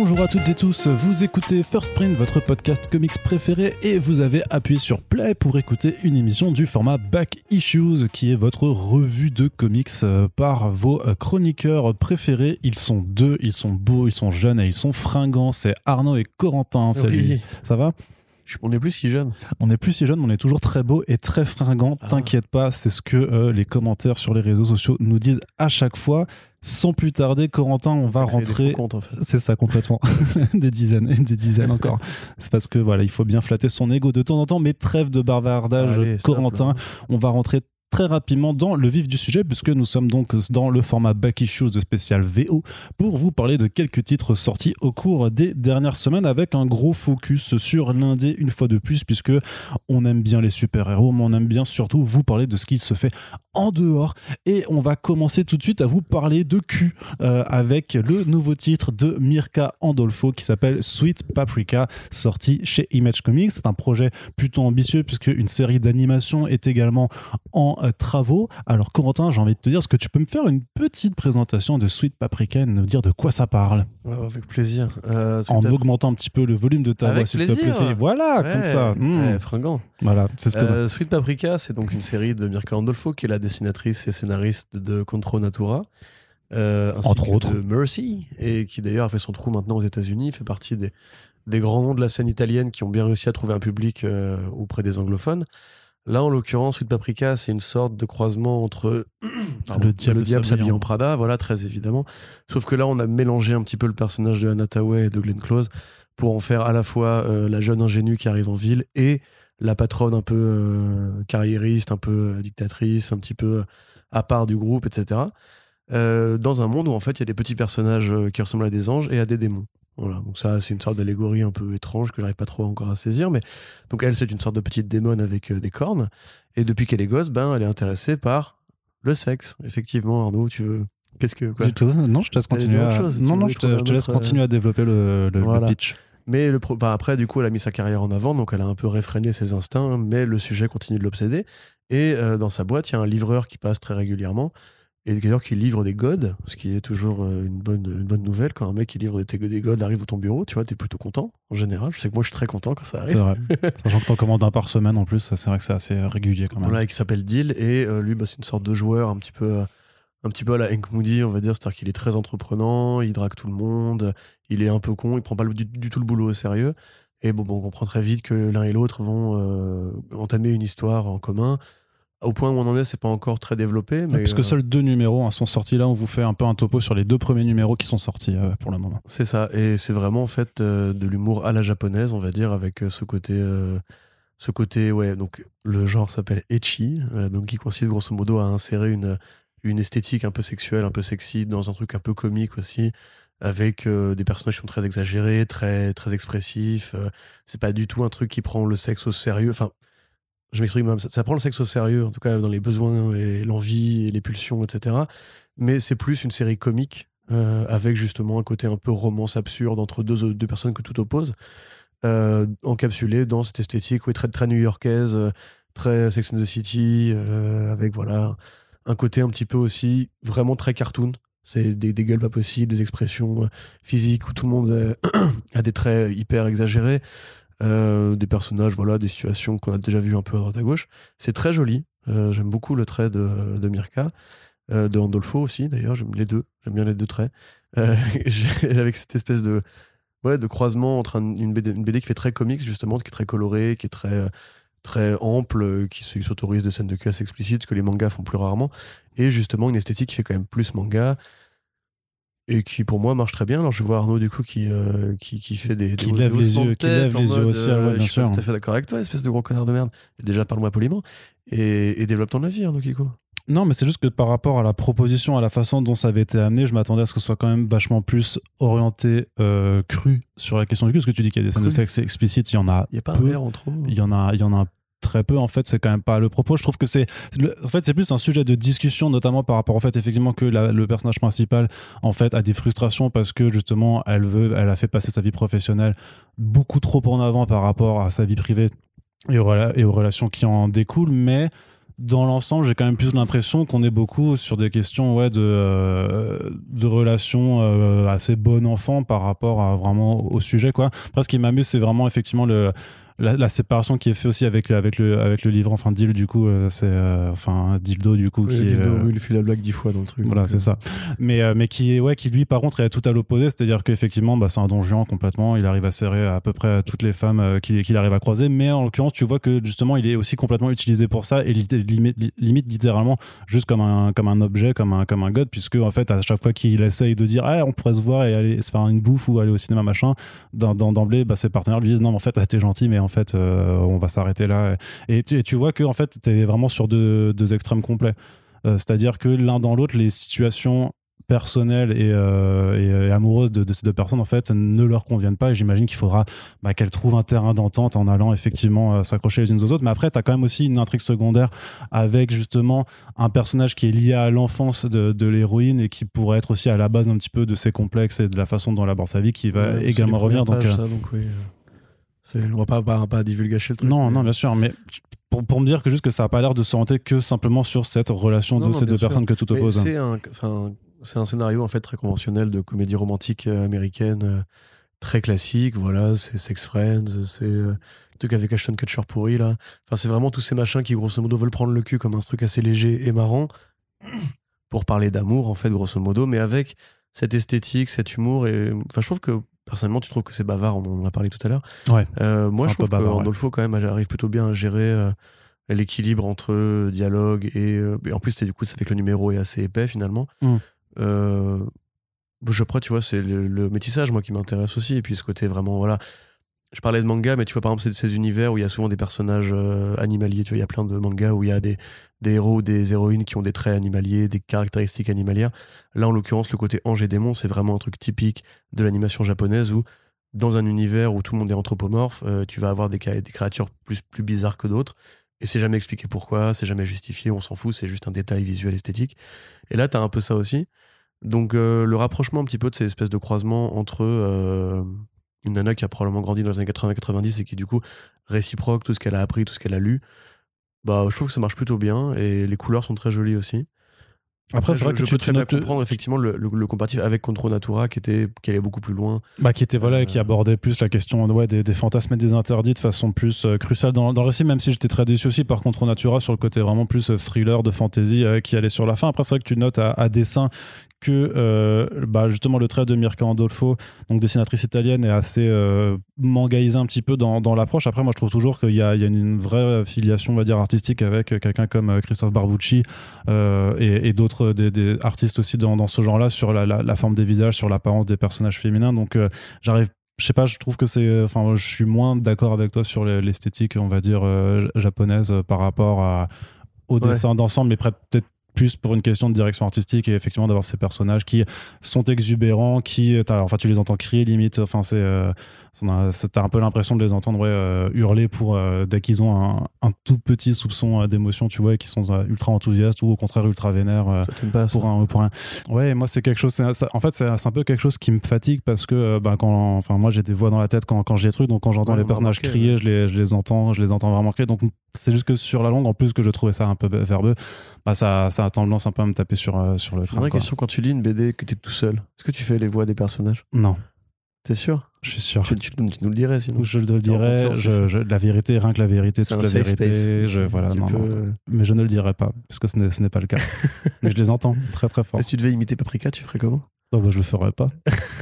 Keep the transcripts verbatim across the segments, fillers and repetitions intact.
Bonjour à toutes et tous, vous écoutez First Print, votre podcast comics préféré, et vous avez appuyé sur Play pour écouter une émission du format Back Issues, qui est votre revue de comics par vos chroniqueurs préférés. Ils sont deux, ils sont beaux, ils sont jeunes et ils sont fringants. C'est Arnaud et Corentin. Salut, oui. Ça va ? On n'est plus si jeune. On n'est plus si jeune, mais on est toujours très beau et très fringant. Ah. T'inquiète pas, c'est ce que euh, les commentaires sur les réseaux sociaux nous disent à chaque fois. Sans plus tarder, Corentin, on va rentrer. Des comptes, en fait. C'est ça, complètement. Des dizaines, des dizaines encore. C'est parce que voilà, il faut bien flatter son ego de temps en temps, mais trêve de bavardage, Allez, Corentin. On va rentrer très rapidement dans le vif du sujet, puisque nous sommes donc dans le format Back Issues de spécial V O pour vous parler de quelques titres sortis au cours des dernières semaines, avec un gros focus sur l'indé une fois de plus, puisque on aime bien les super-héros, mais on aime bien surtout vous parler de ce qui se fait en dehors. Et on va commencer tout de suite à vous parler de cul euh, avec le nouveau titre de Mirka Andolfo qui s'appelle Sweet Paprika, sorti chez Image Comics. C'est un projet plutôt ambitieux, puisque une série d'animation est également en Euh, travaux. Alors Corentin, j'ai envie de te dire, est-ce que tu peux me faire une petite présentation de Sweet Paprika et nous dire de quoi ça parle ? Ouais, avec plaisir. Euh, en Pap- augmentant un petit peu le volume de ta avec voix, s'il te plaît. Voilà, ouais, comme ça. Mmh. Ouais, fringant. Voilà, c'est ce que euh, Sweet Paprika, c'est donc une série de Mirka Andolfo, qui est la dessinatrice et scénariste de Contro Natura, euh, ainsi entre que autres de Mercy, et qui d'ailleurs a fait son trou maintenant aux États-Unis, fait partie des, des grands noms de la scène italienne qui ont bien réussi à trouver un public euh, auprès des anglophones. Là, en l'occurrence, Sweet Paprika, c'est une sorte de croisement entre pardon, le diable, le diable s'habillé en Prada, voilà, très évidemment. Sauf que là, on a mélangé un petit peu le personnage de Anna Tawai et de Glenn Close pour en faire à la fois euh, la jeune ingénue qui arrive en ville et la patronne un peu euh, carriériste, un peu euh, dictatrice, un petit peu euh, à part du groupe, et cetera. Euh, dans un monde où, en fait, il y a des petits personnages euh, qui ressemblent à des anges et à des démons. Voilà, donc ça, c'est une sorte d'allégorie un peu étrange que j'arrive pas trop encore à saisir, mais donc elle, c'est une sorte de petite démone avec euh, des cornes, et depuis qu'elle est gosse, ben, elle est intéressée par le sexe. Effectivement, Arnaud, tu veux... Qu'est-ce que... Quoi du tout, non, je te laisse continuer à... chose, non, non, je te, je te autre... laisse continuer à développer le, le, voilà. le pitch. Mais le pro... ben, après, du coup, elle a mis sa carrière en avant, donc elle a un peu réfréné ses instincts, mais le sujet continue de l'obséder, et euh, dans sa boîte, il y a un livreur qui passe très régulièrement, et d'ailleurs qui livre des godes, ce qui est toujours une bonne, une bonne nouvelle. Quand un mec qui livre des, des godes arrive dans ton bureau, tu vois, t'es plutôt content en général. Je sais que moi je suis très content quand ça arrive. C'est vrai. Sachant que t'en commandes un par semaine en plus, c'est vrai que c'est assez régulier quand même. Voilà, qui s'appelle Deal, et euh, lui bah, c'est une sorte de joueur un petit peu, un petit peu à la Hank Moody, on va dire, c'est-à-dire qu'il est très entreprenant, il drague tout le monde, il est un peu con, il prend pas du, du tout le boulot au sérieux. Et bon, bon, on comprend très vite que l'un et l'autre vont euh, entamer une histoire en commun. Au point où on en est, c'est pas encore très développé. Mais ouais, puisque euh... seuls deux numéros hein, sont sortis là, on vous fait un peu un topo sur les deux premiers numéros qui sont sortis euh, pour le moment. C'est ça, et c'est vraiment en fait euh, de l'humour à la japonaise, on va dire, avec euh, ce côté, euh, ce côté, ouais, donc le genre s'appelle ecchi, euh, donc qui consiste grosso modo à insérer une, une esthétique un peu sexuelle, un peu sexy, dans un truc un peu comique aussi, avec euh, des personnages qui sont très exagérés, très, très expressifs. Euh, c'est pas du tout un truc qui prend le sexe au sérieux, enfin. Je m'exprime même, ça, ça prend le sexe au sérieux, en tout cas dans les besoins et l'envie et les pulsions, et cetera. Mais c'est plus une série comique, euh, avec justement un côté un peu romance absurde entre deux, deux personnes que tout oppose, euh, encapsulé dans cette esthétique oui, très, très new-yorkaise, très Sex and the City, euh, avec voilà, un côté un petit peu aussi vraiment très cartoon. C'est des, des gueules pas possibles, des expressions physiques où tout le monde a, a des traits hyper exagérés. Euh, des personnages, voilà, des situations qu'on a déjà vues un peu à droite à gauche. C'est très joli. Euh, j'aime beaucoup le trait de, de Mirka, euh, de Andolfo aussi, d'ailleurs. J'aime les deux. J'aime bien les deux traits. Euh, avec cette espèce de, ouais, de croisement entre un, une, B D, une B D qui fait très comics, justement, qui est très colorée, qui est très, très ample, qui s'autorise des scènes de cul assez explicites, ce que les mangas font plus rarement. Et justement, une esthétique qui fait quand même plus manga. Et qui pour moi marche très bien. Alors je vois Arnaud du coup qui euh, qui, qui fait des qui des lève les yeux, qui lève les yeux aussi, euh, ouais, bien je suis sûr. tout à fait d'accord avec toi, espèce de gros connard de merde. Et déjà parle-moi poliment et, et développe ton avis, Arnaud Kiko. Non, mais c'est juste que par rapport à la proposition, à la façon dont ça avait été amené, je m'attendais à ce que ce soit quand même vachement plus orienté euh, cru sur la question du cul. Parce que tu dis qu'il y a des scènes de sexe explicites, il y en a. Il y a pas peu. un verre en trop. Il y en a, il y en a très peu en fait, c'est quand même pas le propos. Je trouve que c'est le, en fait c'est plus un sujet de discussion, notamment par rapport au fait effectivement que la, le personnage principal en fait a des frustrations parce que justement elle veut elle a fait passer sa vie professionnelle beaucoup trop en avant par rapport à sa vie privée et aux, et aux relations qui en découlent, mais dans l'ensemble, j'ai quand même plus l'impression qu'on est beaucoup sur des questions ouais, de, euh, de relations euh, assez bon enfant par rapport à vraiment au sujet, quoi. Après, ce qui m'amuse, c'est vraiment effectivement le. La, la séparation qui est faite aussi avec, avec, le, avec le livre, enfin Dil du coup, euh, c'est euh, enfin Dildo du coup. Oui, qui Dildo, est, euh, oui, il fait la blague dix fois dans le truc. Voilà, c'est euh... ça. Mais, euh, mais qui est, ouais, qui lui par contre est tout à l'opposé, c'est-à-dire qu'effectivement, bah, c'est un don Juan complètement, il arrive à serrer à peu près toutes les femmes euh, qu'il, qu'il arrive à croiser, mais en l'occurrence, tu vois que justement, il est aussi complètement utilisé pour ça et limite, limite littéralement juste comme un, comme un objet, comme un, comme un god, puisque en fait, à chaque fois qu'il essaye de dire, ah, on pourrait se voir et aller se faire une bouffe ou aller au cinéma, machin, dans, dans, d'emblée, bah, ses partenaires lui disent, non, en fait, t'es gentil, mais en fait, euh, on va s'arrêter là. Et tu, et tu vois que en fait, t'es vraiment sur deux, deux extrêmes complets. Euh, c'est-à-dire que l'un dans l'autre, les situations personnelles et, euh, et, et amoureuses de, de ces deux personnes, en fait, ne leur conviennent pas. Et j'imagine qu'il faudra bah, qu'elles trouvent un terrain d'entente en allant effectivement euh, s'accrocher les unes aux autres. Mais après, tu as quand même aussi une intrigue secondaire avec justement un personnage qui est lié à l'enfance de, de l'héroïne et qui pourrait être aussi à la base un petit peu de ses complexes et de la façon dont elle aborde sa vie, qui va ouais, également revenir. Pages, donc, euh... ça, donc oui. C'est... On va pas, pas, pas divulgacher le truc. Non, mais... non, bien sûr, mais pour, pour me dire que juste que ça n'a pas l'air de s'orienter que simplement sur cette relation non, de non, ces deux sûr. personnes que tout oppose. C'est un, c'est un scénario en fait très conventionnel de comédie romantique américaine, euh, très classique. Voilà, c'est Sex Friends, c'est euh, le truc avec Ashton Kutcher pourri là. Enfin, c'est vraiment tous ces machins qui grosso modo veulent prendre le cul comme un truc assez léger et marrant pour parler d'amour en fait grosso modo, mais avec cette esthétique, cet humour et enfin je trouve que personnellement, tu trouves que c'est bavard, on en a parlé tout à l'heure. Ouais. Euh, moi, je trouve qu'Andolfo, ouais. quand même, arrive plutôt bien à gérer euh, l'équilibre entre euh, dialogue et, euh, et en plus, c'est du coup, ça fait que le numéro est assez épais finalement. Mm. Euh, je après, tu vois, c'est le, le métissage, moi, qui m'intéresse aussi. Et puis ce côté vraiment, voilà. Je parlais de manga, mais tu vois, par exemple, c'est ces univers où il y a souvent des personnages euh, animaliers. Tu vois, il y a plein de mangas où il y a des, des héros ou des héroïnes qui ont des traits animaliers, des caractéristiques animalières. Là, en l'occurrence, le côté ange et démon, c'est vraiment un truc typique de l'animation japonaise où, dans un univers où tout le monde est anthropomorphe, euh, tu vas avoir des, des créatures plus, plus bizarres que d'autres. Et c'est jamais expliqué pourquoi, c'est jamais justifié, on s'en fout, c'est juste un détail visuel esthétique. Et là, t'as un peu ça aussi. Donc, euh, le rapprochement un petit peu de ces espèces de croisements entre... Euh, une nana qui a probablement grandi dans les années quatre-vingts quatre-vingt-dix et qui du coup réciproque tout ce qu'elle a appris, tout ce qu'elle a lu, bah je trouve que ça marche plutôt bien et les couleurs sont très jolies aussi. Après, Après c'est vrai je, que je tu, peux très bien comprendre effectivement le, le, le comparatif avec Contra Natura qui était qui allait beaucoup plus loin, bah qui était voilà euh... qui abordait plus la question ouais, des, des fantasmes et des interdits de façon plus euh, cruciale dans, dans le récit, même si j'étais très déçu aussi par Contra Natura sur le côté vraiment plus euh, thriller de fantasy euh, qui allait sur la fin. Après c'est vrai que tu notes à, à dessin que euh, bah justement le trait de Mirka Andolfo, donc dessinatrice italienne, est assez euh, mangaïsé un petit peu dans, dans l'approche. Après moi je trouve toujours qu'il y a, il y a une vraie filiation on va dire artistique avec quelqu'un comme Christophe Barbucci euh, et, et d'autres des, des artistes aussi dans, dans ce genre-là sur la, la, la forme des visages, sur l'apparence des personnages féminins. Donc euh, j'arrive je sais pas, je trouve que c'est enfin je suis moins d'accord avec toi sur l'esthétique on va dire euh, japonaise euh, par rapport à, au ouais. dessin d'ensemble, mais peut-être plus pour une question de direction artistique et effectivement d'avoir ces personnages qui sont exubérants, qui enfin tu les entends crier limite, enfin c'est euh, t'as un peu l'impression de les entendre ouais, euh, hurler pour euh, dès qu'ils ont un, un tout petit soupçon euh, d'émotion, tu vois, et qui sont euh, ultra enthousiastes ou au contraire ultra vénères euh, pour un pour un ouais moi c'est quelque chose c'est, ça, en fait c'est, c'est un peu quelque chose qui me fatigue parce que euh, bah, quand enfin moi j'ai des voix dans la tête quand quand j'ai des trucs, donc quand j'entends ouais, les personnages remarqué, crier ouais. je les je les entends je les entends vraiment crier, donc c'est juste que sur la longue, en plus que je trouvais ça un peu verbeux, bah ça ça a tendance un peu à me taper sur euh, sur le crâne. Vraie question, quand tu lis une B D que t'es tout seul, est-ce que tu fais les voix des personnages? Non. T'es sûr? Je suis sûr. Tu, tu, tu nous le dirais sinon. Je te le dirais. Je, je, la vérité, rien que la vérité, c'est toute la vérité. Je, voilà, non, peux... non. Mais je ne le dirai pas, parce que ce n'est, ce n'est pas le cas. Mais je les entends très très fort. Et si tu devais imiter Paprika, tu ferais comment? Non, bah, je le ferais pas.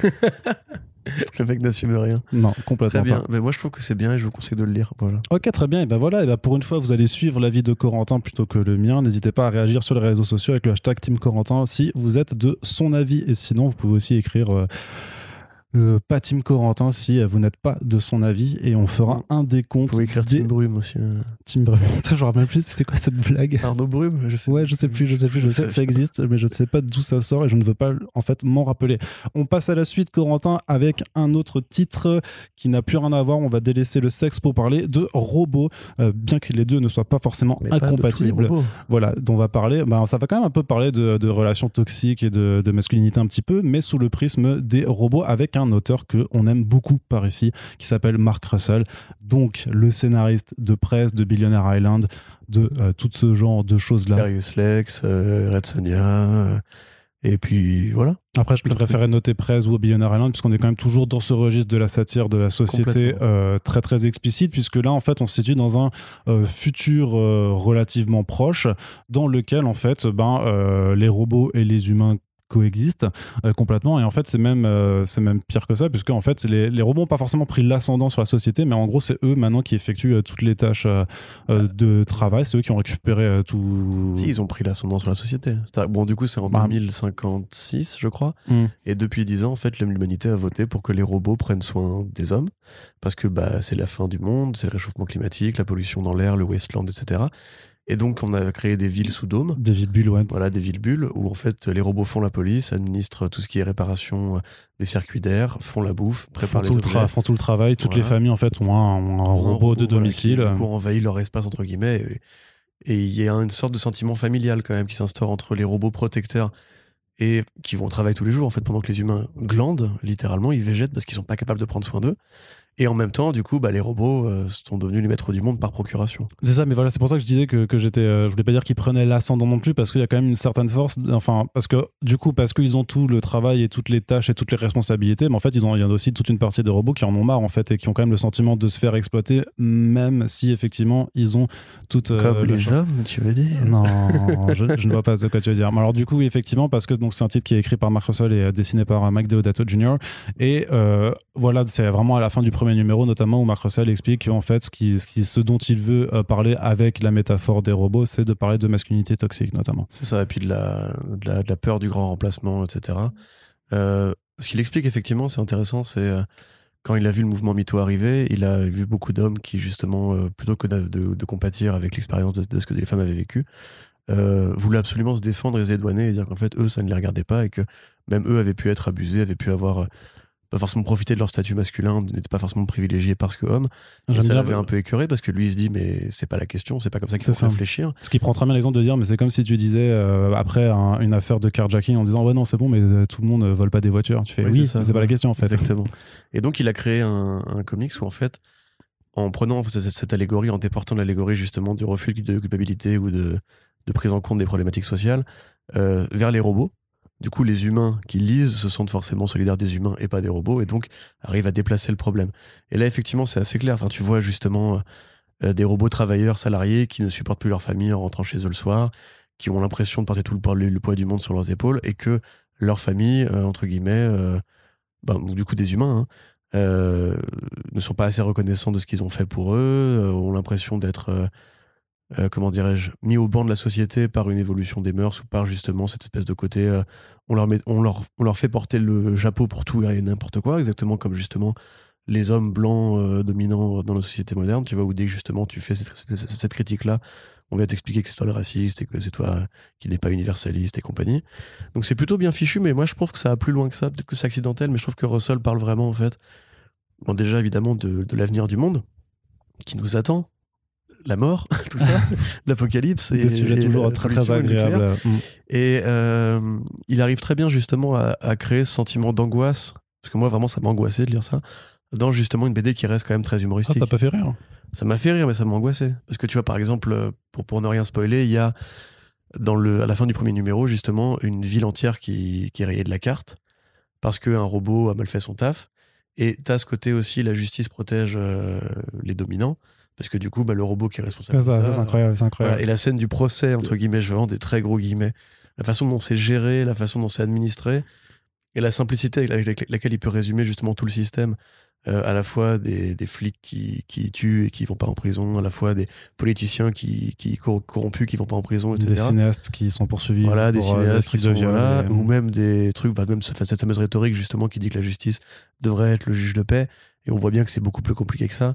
Le mec n'assume rien. Non, complètement très bien. pas. Mais moi, je trouve que c'est bien et je vous conseille de le lire. Voilà. Ok, très bien. Et ben voilà. Et ben pour une fois, vous allez suivre l'avis de Corentin plutôt que le mien. N'hésitez pas à réagir sur les réseaux sociaux avec le hashtag Team Corentin si vous êtes de son avis. Et sinon, vous pouvez aussi écrire. Euh, Euh, pas Team Corentin si vous n'êtes pas de son avis, et on fera un décompte. Vous pouvez écrire des... Team Brume aussi. Team Brume, je me rappelle plus c'était quoi cette blague. Arnaud Brume, je sais. Ouais, je sais plus, je sais plus, je sais que ça existe, mais je ne sais pas d'où ça sort et je ne veux pas en fait m'en rappeler. On passe à la suite, Corentin, avec un autre titre qui n'a plus rien à voir. On va délaisser le sexe pour parler de robots, euh, bien que les deux ne soient pas forcément mais incompatibles. Pas voilà, dont on va parler. Bah, ça va quand même un peu parler de, de relations toxiques et de, de masculinité un petit peu, mais sous le prisme des robots avec un auteur qu'on aime beaucoup par ici, qui s'appelle Mark Russell, donc le scénariste de Press, de Billionaire Island, de euh, tout ce genre de choses-là. Darius Lex, euh, Red Sonja, euh, et puis voilà. Après, je préférais noter Press ou Billionaire Island, puisqu'on est quand même toujours dans ce registre de la satire de la société euh, très très explicite, puisque là, en fait, on se situe dans un euh, futur euh, relativement proche, dans lequel, en fait, ben, euh, les robots et les humains coexistent euh, complètement, et en fait c'est même euh, c'est même pire que ça, puisque en fait les, les robots n'ont pas forcément pris l'ascendant sur la société, mais en gros c'est eux maintenant qui effectuent euh, toutes les tâches euh, euh, de travail, c'est eux qui ont récupéré euh, tout. Si, ils ont pris l'ascendant sur la société. Bon, du coup c'est en bah. deux mille cinquante-six je crois, mm. et depuis dix ans en fait l'humanité a voté pour que les robots prennent soin des hommes, parce que bah, c'est la fin du monde, c'est le réchauffement climatique, la pollution dans l'air, le wasteland, et cetera. Et donc, on a créé des villes sous dôme. Des villes bulles, ouais. Voilà, des villes bulles, où en fait, les robots font la police, administrent tout ce qui est réparation des circuits d'air, font la bouffe, préparent font les tout, tra- font tout le travail. Toutes voilà. les familles, en fait, ont un, ont un, un robot, robot de domicile. Voilà, qui, du coup, envahit leur espace, entre guillemets. Et il y a une sorte de sentiment familial, quand même, qui s'instaure entre les robots protecteurs et qui vont au travail tous les jours, en fait, pendant que les humains glandent, littéralement, ils végètent parce qu'ils sont pas capables de prendre soin d'eux. Et en même temps, du coup, bah, les robots euh, sont devenus les maîtres du monde par procuration. C'est ça, mais voilà, c'est pour ça que je disais que, que j'étais. Euh, je voulais pas dire qu'ils prenaient l'ascendant non plus, parce qu'il y a quand même une certaine force. Enfin, parce que du coup, parce qu'ils ont tout le travail et toutes les tâches et toutes les responsabilités, mais en fait, ils ont, il y a aussi toute une partie des robots qui en ont marre, en fait, et qui ont quand même le sentiment de se faire exploiter, même si effectivement, ils ont toutes. Euh, Comme les champ... hommes, tu veux dire? Non, je, je ne vois pas de quoi tu veux dire. Mais alors, du coup, effectivement, parce que donc, c'est un titre qui est écrit par Mark Russell et dessiné par Mike Deodato junior Et euh, voilà, c'est vraiment à la fin du premier numéro, notamment, où Mark Russell explique qu'en fait, ce, qui, ce, qui, ce dont il veut euh, parler avec la métaphore des robots, c'est de parler de masculinité toxique, notamment. C'est ça, et puis de la, de la, de la peur du grand remplacement, et cetera. Euh, ce qu'il explique, effectivement, c'est intéressant, c'est euh, quand il a vu le mouvement MeToo arriver, il a vu beaucoup d'hommes qui, justement, euh, plutôt que de, de, de compatir avec l'expérience de, de ce que les femmes avaient vécu, euh, voulaient absolument se défendre et se dédouaner et dire qu'en fait, eux, ça ne les regardait pas et que même eux avaient pu être abusés, avaient pu avoir... Euh, pas forcément profiter de leur statut masculin, n'étaient pas forcément privilégiés parce que homme. Et ça l'avait un peu écœuré parce que lui il se dit mais c'est pas la question, c'est pas comme ça qu'il faut ça. réfléchir. Ce qui prend très bien l'exemple de dire mais c'est comme si tu disais euh, après un, une affaire de carjacking en disant ouais non c'est bon mais euh, tout le monde ne vole pas des voitures. Tu fais oui, oui c'est, ça, c'est pas la question en fait. Exactement. Et donc il a créé un, un comics où en fait en prenant cette, cette allégorie, en déportant l'allégorie justement du refus de culpabilité ou de, de prise en compte des problématiques sociales euh, vers les robots. Du coup, les humains qui lisent se sentent forcément solidaires des humains et pas des robots, et donc arrivent à déplacer le problème. Et là, effectivement, c'est assez clair. Enfin, tu vois justement euh, des robots travailleurs salariés qui ne supportent plus leur famille en rentrant chez eux le soir, qui ont l'impression de porter tout le poids, le, le poids du monde sur leurs épaules, et que leur famille, euh, entre guillemets, euh, ben, du coup des humains, hein, euh, ne sont pas assez reconnaissants de ce qu'ils ont fait pour eux, euh, ont l'impression d'être... Euh, Euh, comment dirais-je, mis au banc de la société par une évolution des mœurs ou par justement cette espèce de côté, euh, on, leur met, on, leur, on leur fait porter le chapeau pour tout et n'importe quoi, exactement comme justement les hommes blancs euh, dominants dans nos sociétés modernes, tu vois, où dès que justement tu fais cette, cette, cette critique-là, on va t'expliquer que c'est toi le raciste et que c'est toi qui n'es pas universaliste et compagnie. Donc c'est plutôt bien fichu, mais moi je trouve que ça va plus loin que ça, peut-être que c'est accidentel, mais je trouve que Russell parle vraiment en fait, bon, déjà évidemment de, de l'avenir du monde qui nous attend, la mort, tout ça, l'apocalypse. Des et, sujets et toujours très très agréables. Mmh. Et euh, il arrive très bien justement à, à créer ce sentiment d'angoisse, parce que moi vraiment ça m'a angoissé de lire ça, dans justement une B D qui reste quand même très humoristique. Ah, t'as pas fait rire? Ça m'a fait rire, mais ça m'a angoissé. Parce que tu vois, par exemple, pour, pour ne rien spoiler, il y a dans le, à la fin du premier numéro, justement, une ville entière qui, qui est rayée de la carte, parce qu'un robot a mal fait son taf. Et t'as ce côté aussi, la justice protège euh, les dominants, parce que du coup, bah, le robot qui est responsable. C'est ça, de ça, ça c'est incroyable. C'est incroyable. Voilà. Et la scène du procès, entre guillemets, je vends des très gros guillemets, la façon dont c'est géré, la façon dont c'est administré, et la simplicité avec laquelle il peut résumer justement tout le système, euh, à la fois des, des flics qui, qui tuent et qui vont pas en prison, à la fois des politiciens qui, qui corrompus qui vont pas en prison, et cetera. Des cinéastes qui sont poursuivis. Voilà, pour des cinéastes qui sont là, et... ou même des trucs, bah, même cette fameuse rhétorique justement qui dit que la justice devrait être le juge de paix, et on voit bien que c'est beaucoup plus compliqué que ça.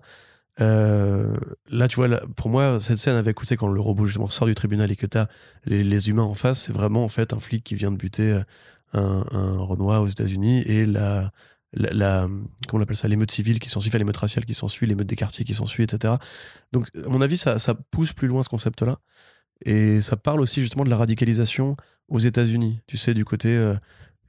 Euh, là tu vois là, pour moi cette scène avec, tu sais, quand le robot justement sort du tribunal et que t'as les, les humains en face, c'est vraiment en fait un flic qui vient de buter un, un Renois aux États-Unis et la, la, la comment on appelle ça, l'émeute civile qui s'ensuit, enfin, l'émeute raciale qui s'ensuit, l'émeute des quartiers qui s'ensuit, et cetera. Donc à mon avis ça, ça pousse plus loin ce concept là et ça parle aussi justement de la radicalisation aux États-Unis, tu sais, du côté euh,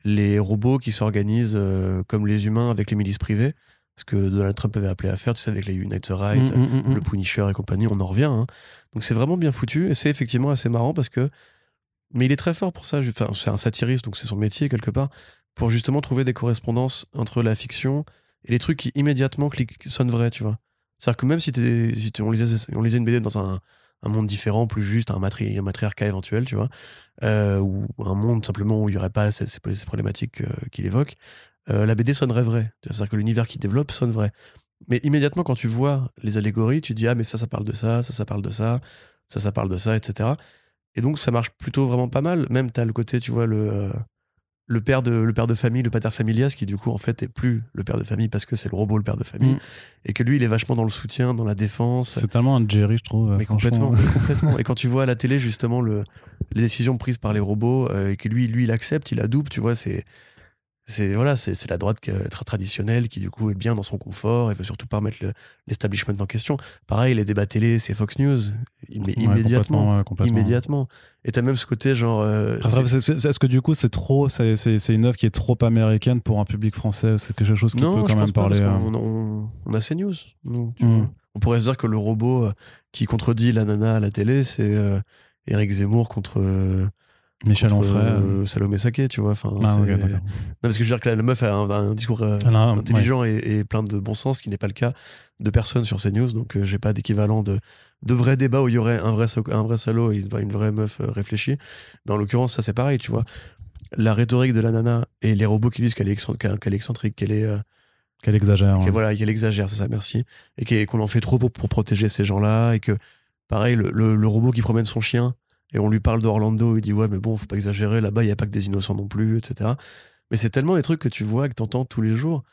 les robots qui s'organisent euh, comme les humains avec les milices privées, ce que Donald Trump avait appelé à faire, tu sais, avec les Unite the Right, mmh, mmh, mmh. le Punisher et compagnie, on en revient. Hein. Donc c'est vraiment bien foutu, et c'est effectivement assez marrant parce que... Mais il est très fort pour ça, enfin, c'est un satiriste, donc c'est son métier quelque part, pour justement trouver des correspondances entre la fiction et les trucs qui immédiatement cliquent, sonnent vrais, tu vois. C'est-à-dire que même si, si on, lisait, on lisait une B D dans un, un monde différent, plus juste, un, matri, un matriarcat éventuel, tu vois, euh, ou un monde simplement où il n'y aurait pas ces, ces problématiques euh, qu'il évoque, euh, la B D sonnerait vrai. C'est-à-dire que l'univers qu'il développe sonne vrai. Mais immédiatement, quand tu vois les allégories, tu dis « Ah, mais ça, ça parle de ça, ça, ça parle de ça, ça, ça parle de ça, et cetera » Et donc, ça marche plutôt vraiment pas mal. Même, t'as le côté, tu vois, le... Euh, Le père, de, le père de famille, le pater familias, qui du coup en fait est plus le père de famille parce que c'est le robot le père de famille, mmh. et que lui il est vachement dans le soutien, dans la défense. C'est tellement un Jerry, je trouve. Mais complètement, mais complètement. Et quand tu vois à la télé justement le, les décisions prises par les robots, euh, et que lui, lui il accepte, il adoube, tu vois, c'est, c'est, voilà, c'est, c'est la droite très traditionnelle qui du coup est bien dans son confort et veut surtout pas remettre le, l'establishment en question. Pareil, les débats télé, c'est Fox News, mais ouais, immédiatement, complètement, ouais, complètement. immédiatement. Et t'as même ce côté genre. Euh, c'est... C'est, c'est, est-ce que du coup c'est trop, c'est, c'est, c'est une œuvre qui est trop américaine pour un public français? C'est quelque chose qui non, peut quand même parler. Non, on, on, on a ces news. Nous, tu mm. vois. On pourrait se dire que le robot euh, qui contredit la nana à la télé, c'est euh, Éric Zemmour contre. Euh, Michel contre, Onfray. Euh, Salomé Saké, tu vois. Enfin, ah, okay, non, parce que je veux dire que la, la meuf a un, un discours euh, a, intelligent ouais. et, et plein de bon sens, ce qui n'est pas le cas de personne sur ces news. Donc, euh, j'ai pas d'équivalent de, de vrais débats où il y aurait un vrai, un vrai salaud et une vraie meuf euh, réfléchie. Mais en l'occurrence, ça c'est pareil, tu vois. La rhétorique de la nana et les robots qui disent qu'elle est, excentrique, qu'elle est excentrique, qu'elle est. Euh, qu'elle exagère. Qu'elle, ouais. Voilà, qu'elle exagère, c'est ça, merci. Et qu'on en fait trop pour, pour protéger ces gens-là. Et que, pareil, le, le, le robot qui promène son chien. Et on lui parle d'Orlando, il dit ouais mais bon faut pas exagérer, là-bas il y a pas que des innocents non plus, et cetera. Mais c'est tellement des trucs que tu vois, que t'entends tous les jours,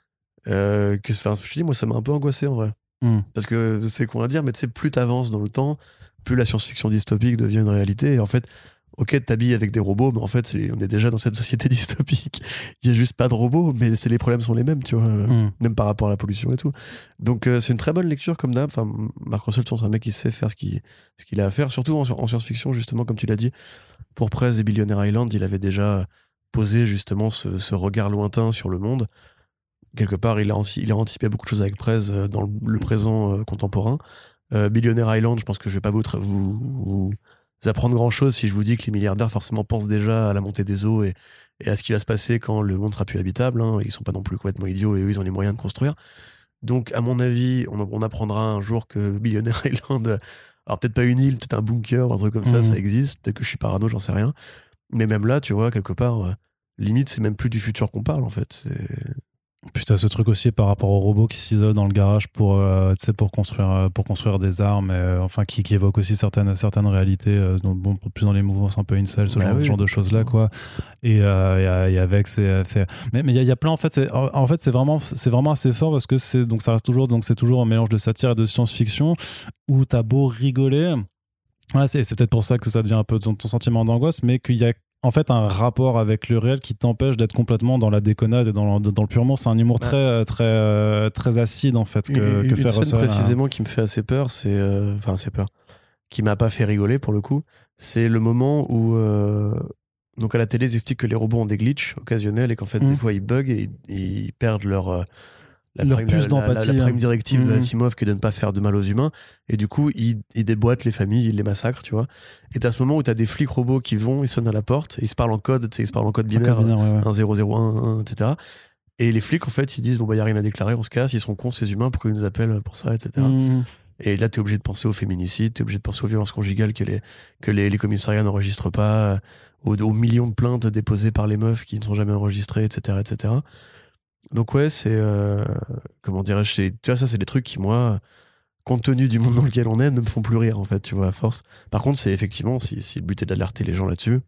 euh, que enfin, je te dis moi ça m'a un peu angoissé en vrai. Mm. Parce que c'est qu'on va dire, mais tu sais plus t'avances dans le temps, plus la science-fiction dystopique devient une réalité. Et en fait, ok t'habilles avec des robots, mais en fait c'est, on est déjà dans cette société dystopique. Il y a juste pas de robots, mais c'est, les problèmes sont les mêmes, tu vois, mm. même par rapport à la pollution et tout. Donc euh, c'est une très bonne lecture comme d'hab. Enfin, Mark Russell, c'est un mec qui sait faire ce qu'il, ce qu'il a à faire, surtout en, en science-fiction justement, comme tu l'as dit. Pour Prez et Billionaire Island, il avait déjà posé justement ce, ce regard lointain sur le monde. Quelque part, il a, il a anticipé beaucoup de choses avec Prez dans le, le présent euh, contemporain. Euh, Billionaire Island, je pense que je vais pas vous, vous, vous apprendre grand chose si je vous dis que les milliardaires forcément pensent déjà à la montée des eaux et, et à ce qui va se passer quand le monde sera plus habitable. Hein. Ils sont pas non plus complètement idiots et eux ils ont les moyens de construire. Donc à mon avis, on, on apprendra un jour que Billionaire Island, alors peut-être pas une île, peut-être un bunker, un truc comme ça, mmh. ça existe. Peut-être que je suis parano, j'en sais rien. Mais même là, tu vois, quelque part, euh, limite c'est même plus du futur qu'on parle en fait. C'est... Puis t'as ce truc aussi par rapport aux robots qui s'isolent dans le garage pour, euh, tu sais, pour construire, pour construire des armes, et, euh, enfin qui, qui évoquent aussi certaines, certaines réalités, euh, donc, bon, plus dans les mouvements un peu incel, ce bah genre, oui, genre de choses là, quoi. Et, euh, et, et avec c'est, c'est... mais il y, y a plein en fait, c'est, en fait c'est vraiment, c'est vraiment assez fort parce que c'est donc ça reste toujours, donc c'est toujours un mélange de satire et de science-fiction où t'as beau rigoler. Ouais, c'est, c'est peut-être pour ça que ça devient un peu ton, ton sentiment d'angoisse, mais qu'il y a en fait un rapport avec le réel qui t'empêche d'être complètement dans la déconnade et dans le, dans le purement. C'est un humour ouais. très, très, très acide en fait que, une, que fait Russell. Une précisément hein. qui me fait assez peur, c'est enfin euh, assez peur, qui m'a pas fait rigoler pour le coup. C'est le moment où euh, donc à la télé ils expliquent que les robots ont des glitches occasionnels et qu'en fait mmh. des fois ils bug et ils perdent leur euh, La leur prime, puce la, d'empathie. La, la, la prime directive mmh. de Asimov qui est de ne pas faire de mal aux humains. Et du coup, ils, ils déboîtent les familles, ils les massacrent, tu vois. Et t'as ce moment où t'as des flics robots qui vont, ils sonnent à la porte, et ils se parlent en code, tu sais, ils se parlent en code binaire, binaire ouais, ouais. un zéro zéro un, un, et cetera. Et les flics, en fait, ils disent, bon, bah, y a rien à déclarer, on se casse, ils sont cons, ces humains, pourquoi ils nous appellent pour ça, et cetera. Mmh. Et là, t'es obligé de penser au féminicide, t'es obligé de penser aux violences conjugales que les, que les, les commissariats n'enregistrent pas, aux, aux millions de plaintes déposées par les meufs qui ne sont jamais enregistrées, et cetera, et cetera. Donc ouais, c'est... Euh, comment dirais-je c'est, tu vois, ça, c'est des trucs qui, moi, compte tenu du monde dans lequel on est, ne me font plus rire, en fait, tu vois, à force. Par contre, c'est effectivement, si, si le but est d'alerter les gens là-dessus,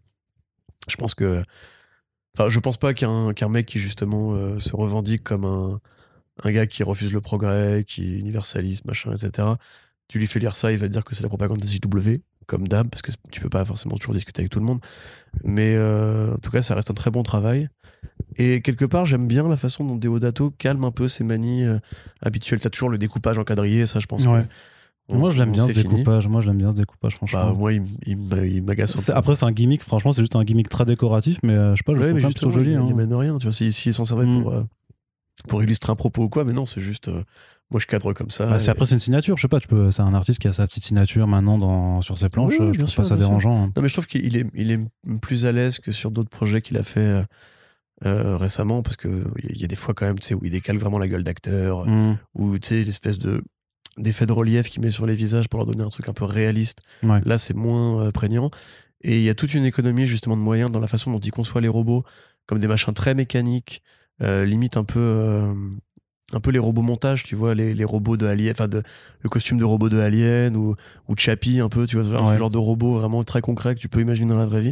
je pense que... Enfin, je pense pas qu'un, qu'un mec qui, justement, euh, se revendique comme un, un gars qui refuse le progrès, qui est universaliste, machin, et cetera, tu lui fais lire ça, il va te dire que c'est la propagande des J W, comme d'hab, parce que tu peux pas forcément toujours discuter avec tout le monde. Mais euh, en tout cas, ça reste un très bon travail. Et quelque part, j'aime bien la façon dont Deodato calme un peu ses manies euh, habituelles. T'as toujours le découpage en quadrillé, ça, je pense ouais. On, moi je l'aime bien ce fini. découpage. Moi je l'aime bien ce découpage, franchement. Bah, moi il, il, il m'agace un c'est, peu. Après c'est un gimmick, franchement c'est juste un gimmick très décoratif, mais euh, je sais pas, je ouais, le trouve plutôt joli. Il, hein. il mène rien, tu vois. S'il si, si s'en servait mm. pour, euh, pour illustrer un propos ou quoi, mais non, c'est juste. Euh, moi je cadre comme ça. Bah, et... c'est après c'est une signature, je sais pas, tu peux, c'est un artiste qui a sa petite signature maintenant dans, sur ses planches, oui, oui, je trouve sûr, pas ça dérangeant. Hein. Non mais je trouve qu'il est, il est plus à l'aise que sur d'autres projets qu'il a fait euh, récemment, parce que il y a des fois quand même, tu sais, où il décale vraiment la gueule d'acteur, mm. ou tu sais l'espèce de d'effet de relief qu'il met sur les visages pour leur donner un truc un peu réaliste. Ouais. Là c'est moins euh, prégnant, et il y a toute une économie justement de moyens dans la façon dont il conçoit les robots comme des machins très mécaniques, euh, limite un peu euh, un peu les robots montage, tu vois, les, les robots de Alien, enfin de, le costume de robot de Alien, ou, ou Chappie un peu, tu vois, genre, ouais. ce genre de robots vraiment très concrets que tu peux imaginer dans la vraie vie,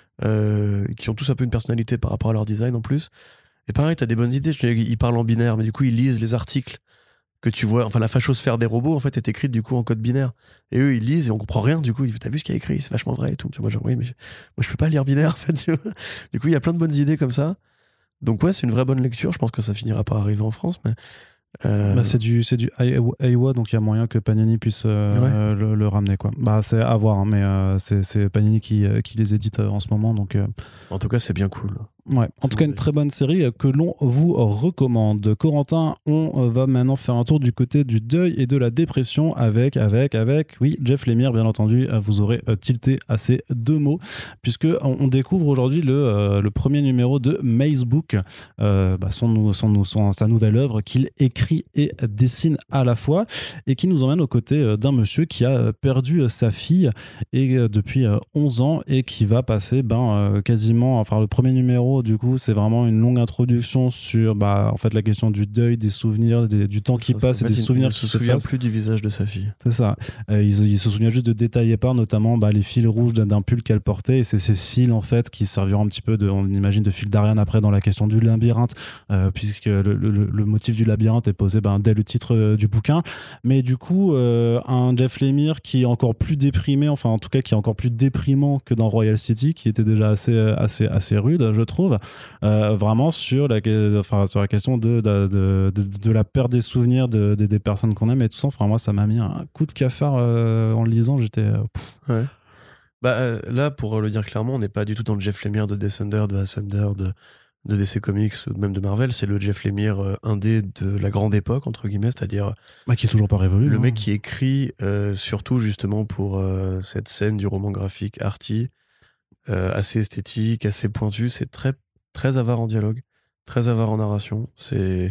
euh, qui ont tous un peu une personnalité par rapport à leur design en plus. Et pareil, t'as des bonnes idées, ils parlent en binaire, mais du coup ils lisent les articles que tu vois, enfin la fachosphère des robots en fait est écrite du coup en code binaire, et eux ils lisent et on comprend rien, du coup ils disent t'as vu ce qu'il y a écrit, c'est vachement vrai et tout. Moi genre oui mais je, moi je peux pas lire binaire en fait, tu vois. Du coup il y a plein de bonnes idées comme ça, donc ouais c'est une vraie bonne lecture. Je pense que ça finira par arriver en France, mais Euh... Bah c'est du c'est du A I W A, donc il y a moyen que Panini puisse euh, ouais. le, le ramener quoi. Bah c'est à voir, hein, mais euh, c'est c'est Panini qui qui les édite en ce moment, donc euh... en tout cas c'est bien cool. Ouais, en tout cas une très bonne série que l'on vous recommande. Corentin, on va maintenant faire un tour du côté du deuil et de la dépression avec, avec, avec, oui, Jeff Lemire, bien entendu, vous aurez tilté à ces deux mots, puisque on découvre aujourd'hui le, euh, le premier numéro de Maze Book, euh, bah son, son, son, sa nouvelle œuvre qu'il écrit et dessine à la fois, et qui nous emmène aux côtés d'un monsieur qui a perdu sa fille et, depuis onze ans, et qui va passer ben, quasiment, enfin le premier numéro du coup c'est vraiment une longue introduction sur bah, en fait, la question du deuil, des souvenirs, des, du temps qui ça, passe et des souvenirs qui se souvient fassent. plus du visage de sa fille. C'est ça. Euh, il, il se souvient juste de détails épars, notamment bah, les fils rouges d'un, d'un pull qu'elle portait, et c'est ces fils en fait qui serviront un petit peu de, on imagine, de fil d'Ariane après dans la question du labyrinthe, euh, puisque le, le, le motif du labyrinthe est posé bah, dès le titre euh, du bouquin. Mais du coup euh, un Jeff Lemire qui est encore plus déprimé, enfin en tout cas qui est encore plus déprimant que dans Royal City, qui était déjà assez, assez, assez rude, je trouve. Euh, vraiment sur la, enfin, sur la question de, de, de, de, de la perte des souvenirs de, de, des personnes qu'on aime et tout ça. Enfin, moi, ça m'a mis un coup de cafard euh, en le lisant. J'étais. Euh, ouais. Bah, euh, là, pour le dire clairement, on n'est pas du tout dans le Jeff Lemire de Descender, de Ascender, de, de D C Comics ou même de Marvel. C'est le Jeff Lemire euh, indé de la grande époque, entre guillemets, c'est-à-dire. Bah, qui est toujours pas révolu. Le hein. mec qui écrit euh, surtout justement pour euh, cette scène du roman graphique arty, euh, assez esthétique, assez pointu. C'est très. très avare en dialogue, très avare en narration, c'est,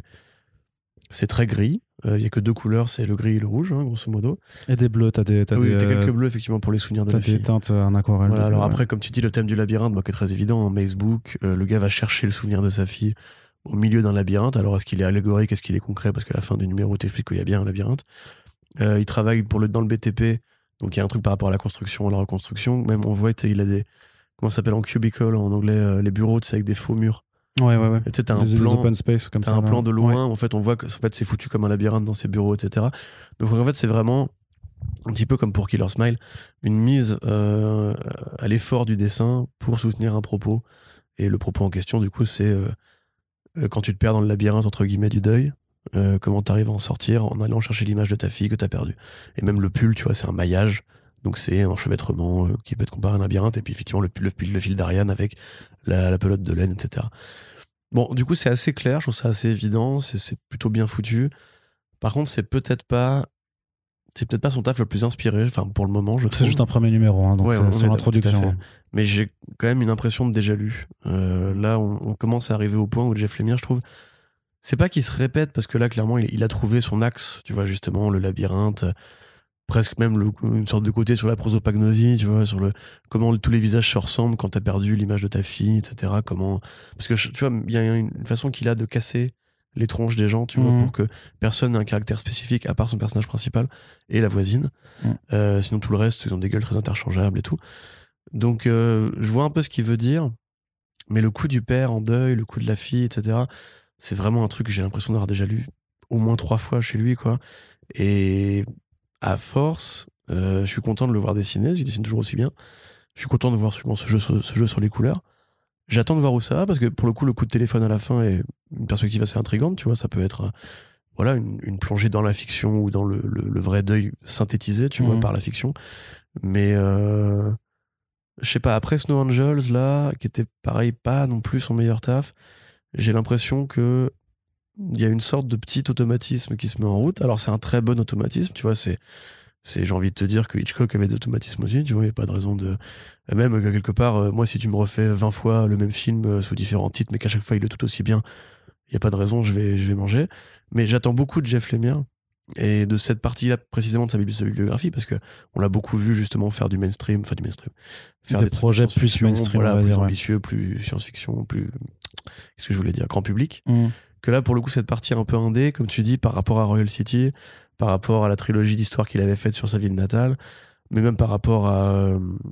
c'est très gris, il euh, n'y a que deux couleurs, c'est le gris et le rouge, hein, grosso modo. Et des bleus, t'as des... T'as oui, des, t'as euh... quelques bleus, effectivement, pour les souvenirs de t'as la fille. T'as des teintes en aquarelle. Voilà, alors bleu, après, ouais. comme tu dis, le thème du labyrinthe, bah, qui est très évident, en Maze Book, euh, le gars va chercher le souvenir de sa fille au milieu d'un labyrinthe. Alors, est-ce qu'il est allégorique, est-ce qu'il est concret? Parce qu'à la fin du numéro, t'expliques qu'il y a bien un labyrinthe. Euh, il travaille pour le, dans le B T P, donc il y a un truc par rapport à la construction, à la reconstruction. Même, on voit, il a des... Comment ça s'appelle en cubicle, en anglais, euh, les bureaux, tu sais, avec des faux murs. Ouais, ouais, ouais. Tu sais, t'as un les, plan, les open space comme t'as ça. un là. plan de loin, ouais. en fait, on voit que en fait, c'est foutu comme un labyrinthe dans ces bureaux, et cetera. Donc, en fait, c'est vraiment un petit peu comme pour Killer Smile, une mise euh, à l'effort du dessin pour soutenir un propos. Et le propos en question, du coup, c'est euh, quand tu te perds dans le labyrinthe, entre guillemets, du deuil, euh, comment t'arrives à en sortir en allant chercher l'image de ta fille que t'as perdue. Et même le pull, tu vois, c'est un maillage. Donc c'est un enchevêtrement euh, qui peut être comparé à un labyrinthe, et puis effectivement le, le, le fil d'Ariane avec la, la pelote de laine, et cetera. Bon, du coup c'est assez clair, je trouve ça assez évident, c'est, c'est plutôt bien foutu. Par contre, c'est peut-être pas, c'est peut-être pas son taf le plus inspiré, enfin pour le moment, je trouve. C'est juste un premier numéro, hein, donc ouais, c'est, c'est l'introduction. Mais j'ai quand même une impression de déjà lu. Euh, là, on, on commence à arriver au point où Jeff Lemire, je trouve, c'est pas qu'il se répète, parce que là, clairement, il, il a trouvé son axe, tu vois, justement, le labyrinthe. Presque même le, une sorte de côté sur la prosopagnosie, tu vois, sur le comment tous les visages se ressemblent quand t'as perdu l'image de ta fille, et cetera. Comment, parce que tu vois, il y a une façon qu'il a de casser les tronches des gens, tu mmh. vois, pour que personne n'ait un caractère spécifique à part son personnage principal et la voisine. Mmh. Euh, sinon tout le reste, ils ont des gueules très interchangeables et tout. Donc euh, je vois un peu ce qu'il veut dire, mais le coup du père en deuil, le coup de la fille, et cetera. C'est vraiment un truc que j'ai l'impression d'avoir déjà lu au moins trois fois chez lui, quoi. Et à force, euh, je suis content de le voir dessiner, il dessine toujours aussi bien. Je suis content de voir ce jeu, ce jeu sur les couleurs. J'attends de voir où ça va, parce que pour le coup, le coup de téléphone à la fin est une perspective assez intrigante, tu vois, ça peut être voilà, une, une plongée dans la fiction ou dans le, le, le vrai deuil synthétisé, tu mmh. vois, par la fiction. Mais euh, je sais pas, après Snow Angels, là, qui était pareil, pas non plus son meilleur taf, j'ai l'impression que il y a une sorte de petit automatisme qui se met en route. Alors c'est un très bon automatisme, tu vois, c'est, c'est j'ai envie de te dire que Hitchcock avait des automatismes aussi, tu vois, il n'y a pas de raison de... Même que quelque part, euh, moi si tu me refais vingt fois le même film euh, sous différents titres, mais qu'à chaque fois il est tout aussi bien, il n'y a pas de raison, je vais, je vais manger. Mais j'attends beaucoup de Jeff Lemire, et de cette partie-là précisément de sa, sa bibliographie, parce que on l'a beaucoup vu justement faire du mainstream, enfin du mainstream, faire des, des projets plus mainstream, voilà, plus dire, ambitieux, ouais. plus science-fiction, plus... Qu'est-ce que je voulais dire, grand public. Mm. Que là, pour le coup, cette partie un peu indé, comme tu dis, par rapport à Royal City, par rapport à la trilogie d'histoire qu'il avait faite sur sa ville natale, mais même par rapport à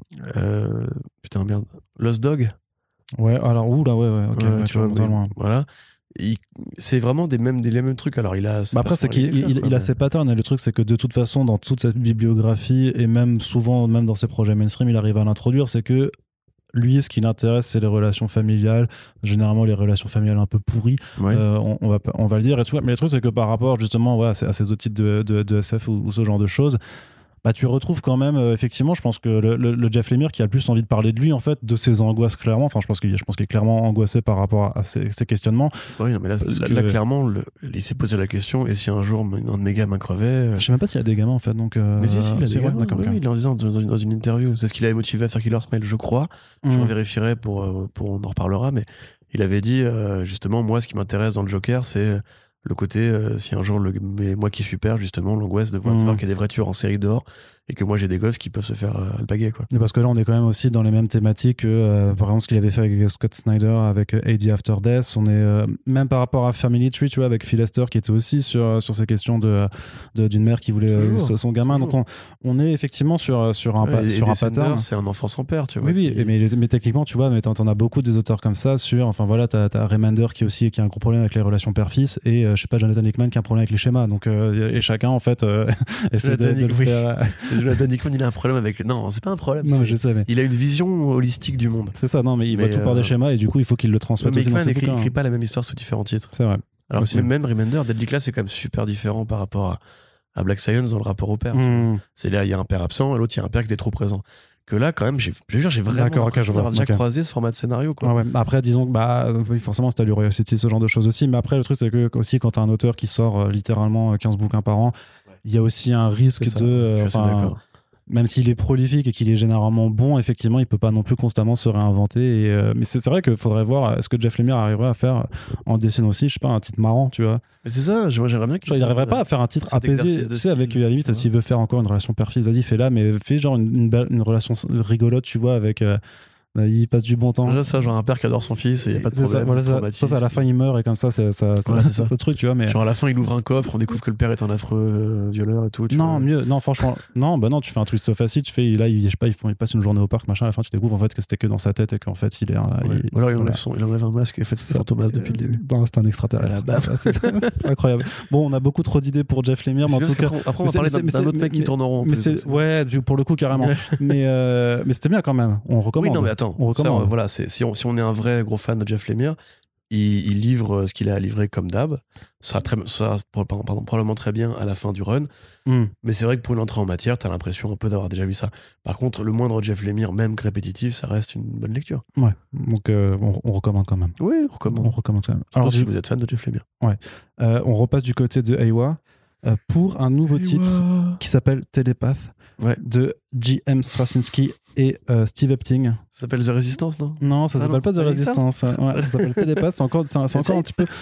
euh, putain merde, Lost Dog. Ouais, alors ouh là, ouais, ouais, ok, ouais, ouais, tu vois, mais, loin. Voilà. Il, c'est vraiment des mêmes, des, les mêmes trucs. Alors, il a. Bah après, c'est qu'il il, il, il a ses patterns, et le truc, c'est que de toute façon, dans toute cette bibliographie, et même souvent, même dans ses projets mainstream, il arrive à l'introduire, c'est que lui, ce qui l'intéresse, c'est les relations familiales, généralement les relations familiales un peu pourries, ouais. euh, on, on, va, on va le dire. Et tout. Mais le truc, c'est que par rapport justement ouais, à ces autres titres de, de, de S F ou, ou ce genre de choses, bah, tu retrouves quand même, euh, effectivement, je pense que le, le, le Jeff Lemire qui a le plus envie de parler de lui, en fait, de ses angoisses, clairement. Enfin, je pense qu'il, je pense qu'il est clairement angoissé par rapport à ces, ces questionnements. Oui, non, mais là, là, que... là clairement, le, il s'est posé la question, et si un jour un de mes gamins crevait. Je sais même pas s'il a des gamins, en fait. Donc, euh... Mais si, si, il a des vrai, gamins. Oui, il l'a en disant dans, dans une interview. C'est ce qui l'avait motivé à faire Killer Smile, je crois. Mmh. Je vérifierai pour, pour, on en reparlera, mais il avait dit, euh, justement, moi, ce qui m'intéresse dans le Joker, c'est le côté, euh, si un jour, le, mais moi qui suis père, justement, l'angoisse de voir, mmh. de savoir qu'il y a des vrais tueurs en série dehors, et que moi j'ai des gosses qui peuvent se faire euh, alpaguer, quoi. Et parce que là on est quand même aussi dans les mêmes thématiques que euh, par exemple ce qu'il avait fait avec Scott Snyder avec A D After Death. On est euh, même par rapport à Family Tree, tu vois, avec Phil Lester qui était aussi sur, sur ces questions de, de, d'une mère qui voulait euh, son gamin. Toujours. Donc on, on est effectivement sur, sur un, ouais, sur un pattern. C'est un enfant sans père, tu vois. Oui, oui, qui... mais, mais techniquement tu vois, mais t'en, t'en as beaucoup des auteurs comme ça sur, enfin voilà, t'as, t'as Remender qui aussi qui a un gros problème avec les relations père-fils, et euh, je sais pas, Jonathan Hickman qui a un problème avec les schémas. Donc euh, et chacun en fait euh, essaie de, de le oui. faire. Jonathan Hickman il a un problème avec. Non, c'est pas un problème. Non, je sais, mais... Il a une vision holistique du monde. C'est ça, non, mais il mais voit tout euh... par des schémas, et du coup, il faut qu'il le transmette. Mais aussi Hickman dans écrit, bouquins, écrit hein. pas la même histoire sous différents titres. C'est vrai. Alors que même Remender, Deadly Class, c'est quand même super différent par rapport à, à Black Science dans le rapport au père. Mmh. C'est là, il y a un père absent, et l'autre, il y a un père qui est trop présent. Que là, quand même, j'ai, je veux dire, j'ai vraiment D'accord, okay, je vois. déjà okay. croisé ce format de scénario, quoi. Ah ouais. Après, disons que bah, oui, forcément, c'était à City, ce genre de choses aussi. Mais après, le truc, c'est que aussi, quand t'as un auteur qui sort euh, littéralement quinze bouquins par an, il ouais. y a aussi un risque ça, de. Euh, enfin, même s'il est prolifique et qu'il est généralement bon, effectivement, il peut pas non plus constamment se réinventer. Et, euh, mais c'est, c'est vrai qu'il faudrait voir est-ce que Jeff Lemire arriverait à faire en dessinant aussi, je sais pas, un titre marrant, tu vois. Mais c'est ça, moi j'aimerais bien qu'il. Genre, il arriverait pas à faire un titre apaisé, tu sais, avec à la limite, s'il veut faire encore une relation père-fils, vas-y, fais-la, mais fais genre une, une, belle, une relation rigolote, tu vois, avec. Euh, il passe du bon temps. Déjà ça, genre un père qui adore son fils et il n'y a pas de problème. Ça, voilà, ça, sauf à la fin il meurt et comme ça, c'est ça, ça, ouais, c'est ça. Ce truc, tu vois. Mais... Genre à la fin il ouvre un coffre, on découvre que le père est un affreux euh, violeur et tout. Tu non, vois. mieux, non, franchement, non, bah non, tu fais un twist facile, tu fais, là, il, je sais pas, il, il passe une journée au parc, machin, à la fin tu découvres en fait que c'était que dans sa tête et qu'en fait il est. Un, ouais. il, Ou alors il enlève, voilà. son, il enlève un masque et fait c'est Fantomas depuis le début. Non, c'est un extraterrestre. Voilà, bah, c'est incroyable. Bon, on a beaucoup trop d'idées pour Jeff Lemire, mais en tout cas. Après on va parler d'un autre mec qui tourne en rond. Mais c'est, ouais, pour le coup, carrément. Mais mais c'était bien quand même, on recommande. Oui, non, mais attends, on recommande. Voilà, si on, si on est un vrai gros fan de Jeff Lemire, il, il livre ce qu'il a à livrer comme d'hab. Ça sera, très, ça sera pardon, probablement très bien à la fin du run. Mm. Mais c'est vrai que pour une entrée en matière, t'as l'impression un peu d'avoir déjà vu ça. Par contre, le moindre Jeff Lemire, même répétitif, ça reste une bonne lecture. Ouais, donc euh, on, on recommande quand même. Oui, on recommande. On recommande quand même. Alors, si vous êtes fan de Jeff Lemire. Ouais. Euh, on repasse du côté de Aiwa euh, pour un nouveau Aiwa. titre qui s'appelle Télépath. Ouais. De J M Straczynski et euh, Steve Epting. Ça s'appelle The Resistance, non? Non, ça ah s'appelle non. pas The Resistance. Ouais, ça s'appelle Télépath. C'est encore, c'est un, c'est encore un petit peu.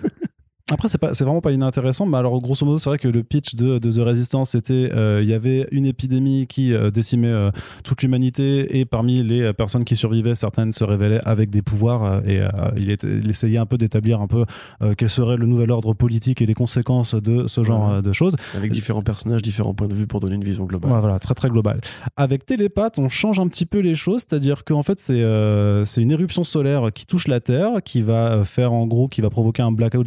Après, c'est, pas, c'est vraiment pas inintéressant, mais alors grosso modo, c'est vrai que le pitch de, de The Resistance, c'était euh, il y avait une épidémie qui euh, décimait euh, toute l'humanité, et parmi les euh, personnes qui survivaient, certaines se révélaient avec des pouvoirs, euh, et euh, il, était, il essayait un peu d'établir un peu euh, quel serait le nouvel ordre politique et les conséquences de ce genre ouais. euh, de choses. Avec différents personnages, différents points de vue pour donner une vision globale. Ouais, voilà, très très globale. Avec Télépath, on change un petit peu les choses, c'est-à-dire qu'en fait, c'est, euh, c'est une éruption solaire qui touche la Terre, qui va faire en gros, qui va provoquer un blackout généralisé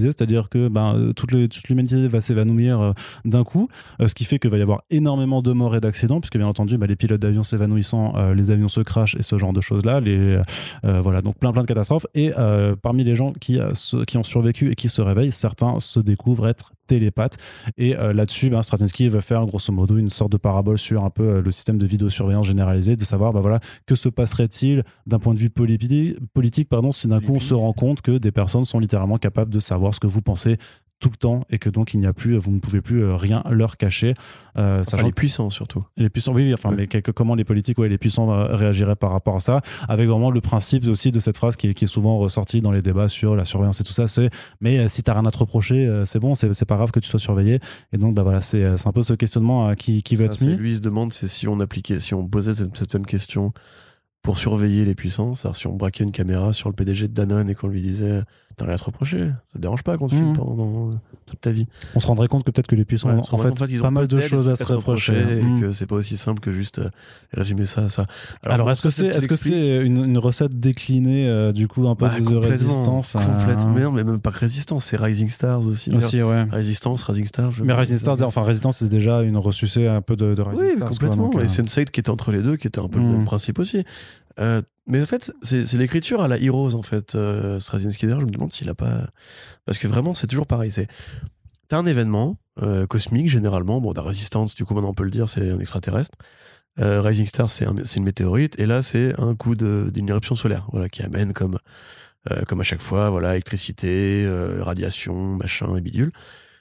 disais, c'est-à-dire que ben, toute, le, toute l'humanité va s'évanouir euh, d'un coup, euh, ce qui fait qu'il va y avoir énormément de morts et d'accidents, puisque bien entendu, bah, les pilotes d'avions s'évanouissant, euh, les avions se crashent et ce genre de choses-là. Les, euh, voilà, donc plein plein de catastrophes. Et euh, parmi les gens qui, euh, se, qui ont survécu et qui se réveillent, certains se découvrent être télépathes. Et euh, là-dessus, ben, Straczynski veut faire grosso modo une sorte de parabole sur un peu euh, le système de vidéosurveillance généralisé, de savoir ben, voilà, que se passerait-il d'un point de vue politique, politique pardon, si d'un coup on se rend compte que des personnes sont littéralement capables de savoir ce que vous pensez tout le temps et que donc il n'y a plus, vous ne pouvez plus euh, rien leur cacher. Euh, enfin, les puissants surtout. Les puissants, oui, oui enfin, ouais. mais quelques, comment les politiques, ouais, les puissants euh, réagiraient par rapport à ça, avec vraiment le principe aussi de cette phrase qui est, qui est souvent ressortie dans les débats sur la surveillance et tout ça, c'est mais euh, si t'as rien à te reprocher, euh, c'est bon, c'est, c'est pas grave que tu sois surveillé. Et donc bah voilà, c'est, c'est un peu ce questionnement euh, qui, qui va être mis. Lui il se demande, c'est si on appliquait, si on posait cette, cette même question pour surveiller les puissants, c'est-à-dire si on braquait une caméra sur le P D G de Danone et qu'on lui disait t'as rien à te reprocher, ça te dérange pas qu'on te filme mmh. pendant toute ta vie. On se rendrait compte que peut-être que les puissants ouais, ont en fait, fait ils pas ont mal de choses à se reprocher et mmh. que c'est pas aussi simple que juste euh, résumer ça à ça. Alors, Alors est-ce, que c'est, est-ce que c'est une, une recette déclinée euh, du coup un peu bah, de résistance complètement, hein. mais même pas que résistance, c'est Rising Stars aussi. Aussi ouais. Résistance, Rising Stars. Mais Rising Stars, enfin Résistance c'est déjà une ressucée un peu de, de Rising oui, Stars. Oui, complètement. Quoi, donc, et Sense eight qui était entre les deux, qui était un peu mmh. le même principe aussi. Euh, mais en fait, c'est, c'est l'écriture à la Heroes, en fait. Euh, Straczynski, d'ailleurs, je me demande s'il a pas... Parce que vraiment, c'est toujours pareil. C'est... T'as un événement euh, cosmique, généralement. Bon, la Résistance, du coup, maintenant on peut le dire, c'est un extraterrestre. Euh, Rising Star, c'est, un, c'est une météorite. Et là, c'est un coup de, d'une éruption solaire, voilà, qui amène, comme, euh, comme à chaque fois, voilà, électricité, euh, radiation, machin et bidule.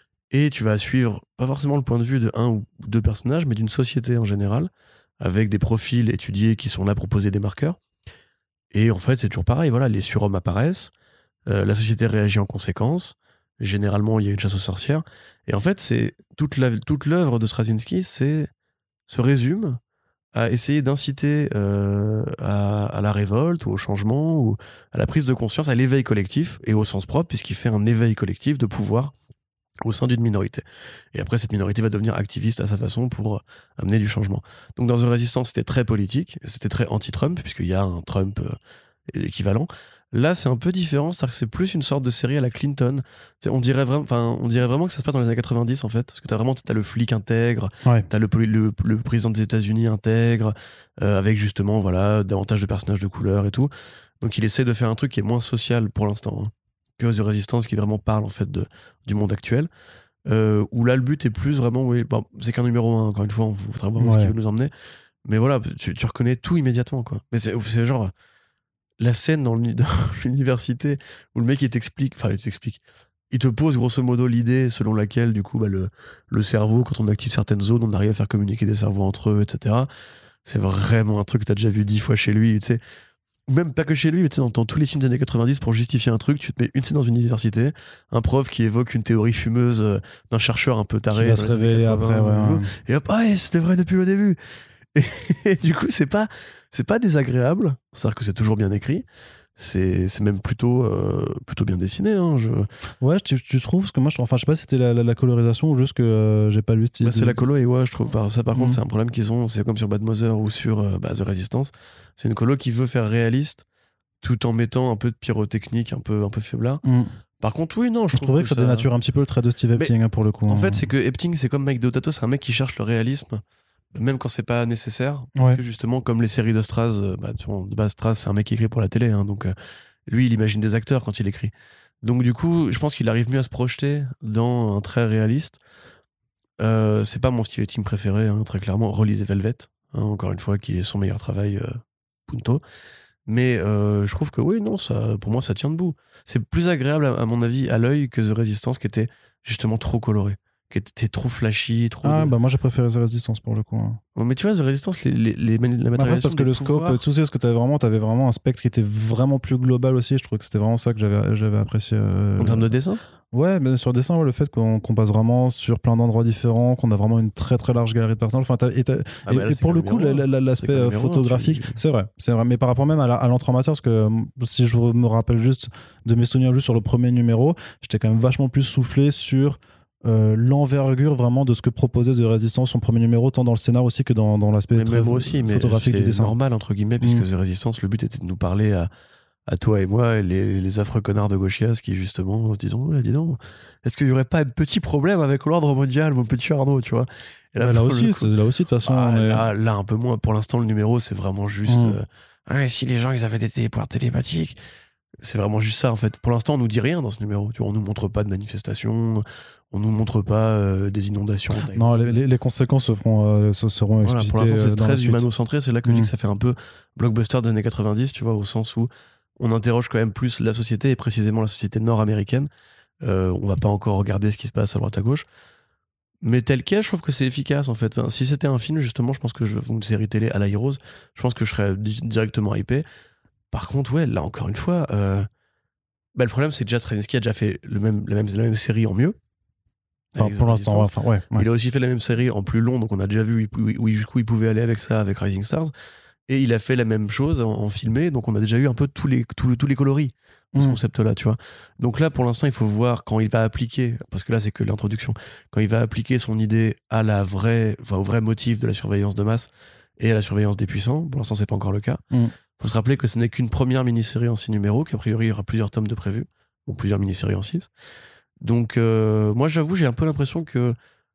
Et tu vas suivre, pas forcément le point de vue de un ou deux personnages, mais d'une société en général, avec des profils étudiés qui sont là pour poser des marqueurs. Et en fait, c'est toujours pareil, voilà, les surhommes apparaissent, euh, la société réagit en conséquence, généralement, il y a une chasse aux sorcières, et en fait, c'est toute, la, toute l'œuvre de Straczynski, c'est, se résume à essayer d'inciter euh, à, à la révolte, ou au changement, ou à la prise de conscience, à l'éveil collectif, et au sens propre, puisqu'il fait un éveil collectif de pouvoir au sein d'une minorité. Et après, cette minorité va devenir activiste à sa façon pour amener du changement. Donc, dans The Resistance, c'était très politique, c'était très anti-Trump, puisqu'il y a un Trump euh, équivalent. Là, c'est un peu différent, c'est-à-dire que c'est plus une sorte de série à la Clinton. On dirait, vraiment, on dirait vraiment que ça se passe dans les années quatre-vingt-dix, en fait, parce que t'as vraiment t'as le flic intègre, ouais. t'as le, le, le président des États-Unis intègre, euh, avec justement voilà, davantage de personnages de couleur et tout. Donc, il essaie de faire un truc qui est moins social pour l'instant, hein, que The Resistance, qui vraiment parle en fait de, du monde actuel, euh, où là le but est plus vraiment, oui, bon, c'est qu'un numéro un, encore une fois, on voudrait voir ouais. ce qu'il veut nous emmener, mais voilà, tu, tu reconnais tout immédiatement, quoi. Mais c'est, c'est genre la scène dans, dans l'université où le mec il t'explique, enfin il t'explique, il te pose grosso modo l'idée selon laquelle du coup bah, le, le cerveau, quand on active certaines zones, on arrive à faire communiquer des cerveaux entre eux, et cetera. C'est vraiment un truc que t'as déjà vu dix fois chez lui, tu sais. Même pas que chez lui, mais tu sais, dans, dans tous les films des années quatre-vingt-dix, pour justifier un truc, tu te mets une scène dans une université, un prof qui évoque une théorie fumeuse euh, d'un chercheur un peu taré, qui va se réveiller après, ouais, ouais. et hop, ah, c'était vrai depuis le début. Et, et du coup, c'est pas, c'est pas désagréable, c'est-à-dire que c'est toujours bien écrit. C'est, c'est même plutôt, euh, plutôt bien dessiné. Hein, je... Ouais, tu, tu trouves parce que moi, je, enfin, je sais pas si c'était la, la, la colorisation ou juste que euh, j'ai pas lu. Bah, c'est la colo et ouais, je trouve. Par, ça, par mmh. contre, c'est un problème qu'ils ont. C'est comme sur Bad Mother ou sur euh, bah, The Resistance. C'est une colo qui veut faire réaliste tout en mettant un peu de pyrotechnique, un peu, un peu faiblard. Mmh. Par contre, oui, non, je, je trouvais que, que ça, ça dénature un petit peu le trait de Steve Epting hein, pour le coup. En hein. fait, c'est que Epting, c'est comme Mike Deodato, c'est un mec qui cherche le réalisme. Même quand c'est pas nécessaire, parce ouais. que justement, comme les séries de Straz, bah, de base, Straz, c'est un mec qui écrit pour la télé, hein, donc euh, lui, il imagine des acteurs quand il écrit. Donc du coup, je pense qu'il arrive mieux à se projeter dans un trait réaliste. Euh, c'est pas mon Steve Epting préféré, hein, très clairement. Relisez Velvet, hein, encore une fois, qui est son meilleur travail, euh, Punto. Mais euh, je trouve que oui, non, ça, pour moi, ça tient debout. C'est plus agréable, à, à mon avis, à l'œil que The Resistance, qui était justement trop coloré. Qui était trop flashy, trop... Ah, de... bah moi j'ai préféré The Resistance pour le coup. Hein. Bon, mais tu vois, The Resistance, les, les, les, la matérialisation... Après, parce que le pouvoirs... scope, tout ça, parce que t'avais vraiment, t'avais vraiment un spectre qui était vraiment plus global aussi. Je trouvais que c'était vraiment ça que j'avais, j'avais apprécié. Euh... En termes de dessin ? Ouais, mais sur le dessin, ouais, le fait qu'on, qu'on passe vraiment sur plein d'endroits différents, qu'on a vraiment une très très large galerie de personnages. Enfin, t'as, et, t'as, ah bah là, et, et pour le coup, la, la, l'aspect euh, photographique, tu... c'est vrai, c'est vrai. Mais par rapport même à, la, à l'entrée en matière, parce que si je me rappelle juste de mes souvenirs juste sur le premier numéro, j'étais quand même vachement plus soufflé sur euh, l'envergure vraiment de ce que proposait The Resistance, son premier numéro, tant dans le scénar aussi que dans, dans l'aspect mais très aussi, photographique mais du dessin. C'est normal, entre guillemets, puisque mmh. The Resistance, le but était de nous parler à à toi et moi, les, les affreux connards de gauchias qui, justement, se disent ouais, dis donc, est-ce qu'il n'y aurait pas un petit problème avec l'ordre mondial, mon petit Arnaud, tu vois? Et là, bah, là, aussi, coup, là aussi, de toute façon. Ah, est... là, là, un peu moins. Pour l'instant, le numéro, c'est vraiment juste. Mmh. Euh, ouais, si les gens, ils avaient des pouvoirs télépathiques. C'est vraiment juste ça, en fait. Pour l'instant, on nous dit rien dans ce numéro. Tu vois, on nous montre pas de manifestations, on nous montre pas euh, des inondations. Non, les, les conséquences se feront, euh, se seront voilà, explicitées. Pour l'instant, c'est euh, très humano-centré. C'est là que mmh. je dis que ça fait un peu blockbuster des années quatre-vingt-dix, tu vois, au sens où on interroge quand même plus la société, et précisément la société nord-américaine. Euh, on va pas encore regarder ce qui se passe à droite à gauche. Mais tel quel, je trouve que c'est efficace, en fait. Enfin, si c'était un film, justement, je pense que je, une série télé à la Heroes, je pense que je serais di- directement hypé. Par contre, ouais, là, encore une fois, euh, bah, le problème, c'est que Jad Straczynski a déjà fait le même, la, même, la même série en mieux. Enfin, pour l'instant, ouais, enfin, ouais, ouais. Il a aussi fait la même série en plus long, donc on a déjà vu où, où, où jusqu'où il pouvait aller avec ça, avec Rising Stars. Et il a fait la même chose en, en filmé, donc on a déjà eu un peu tous les, tous, tous les coloris dans mmh. ce concept-là, tu vois. Donc là, pour l'instant, il faut voir quand il va appliquer, parce que là, c'est que l'introduction, quand il va appliquer son idée à la vraie, enfin, au vrai motif de la surveillance de masse et à la surveillance des puissants. Pour l'instant, c'est pas encore le cas. Il mmh. faut se rappeler que ce n'est qu'une première mini-série en six numéros, qu'a priori, il y aura plusieurs tomes de prévus, ou plusieurs mini-séries en six. Donc, euh, moi, j'avoue, j'ai un peu l'impression que...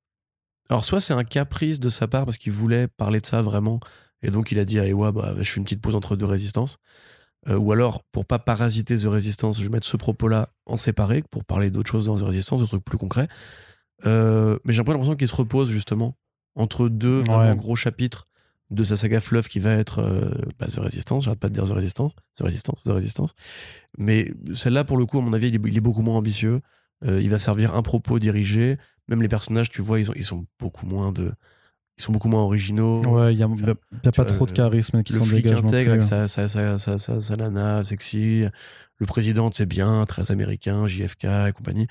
Alors, soit c'est un caprice de sa part, parce qu'il voulait parler de ça vraiment, et donc il a dit à Ewa, bah, je fais une petite pause entre deux résistances. Euh, ou alors, pour pas parasiter The Resistance, je vais mettre ce propos-là en séparé, pour parler d'autres choses dans The Resistance, de trucs plus concrets. Euh, mais j'ai un peu l'impression qu'il se repose, justement, entre deux ouais. vraiment gros chapitres de sa saga fleuve qui va être euh, bah, The Resistance, j'arrête pas de dire The Resistance, The Resistance, The Resistance. Mais celle-là, pour le coup, à mon avis, il est, il est beaucoup moins ambitieux. Euh, il va servir un propos dirigé. Même les personnages, tu vois, ils, ont, ils sont beaucoup moins de... Ils sont beaucoup moins originaux. Ouais, il n'y a, y a, y a pas trop de charisme qui le s'en dégage. Le flic intègre avec sa, sa, sa, sa, sa, sa nana sexy. Le président, c'est bien, très américain, J F K et compagnie.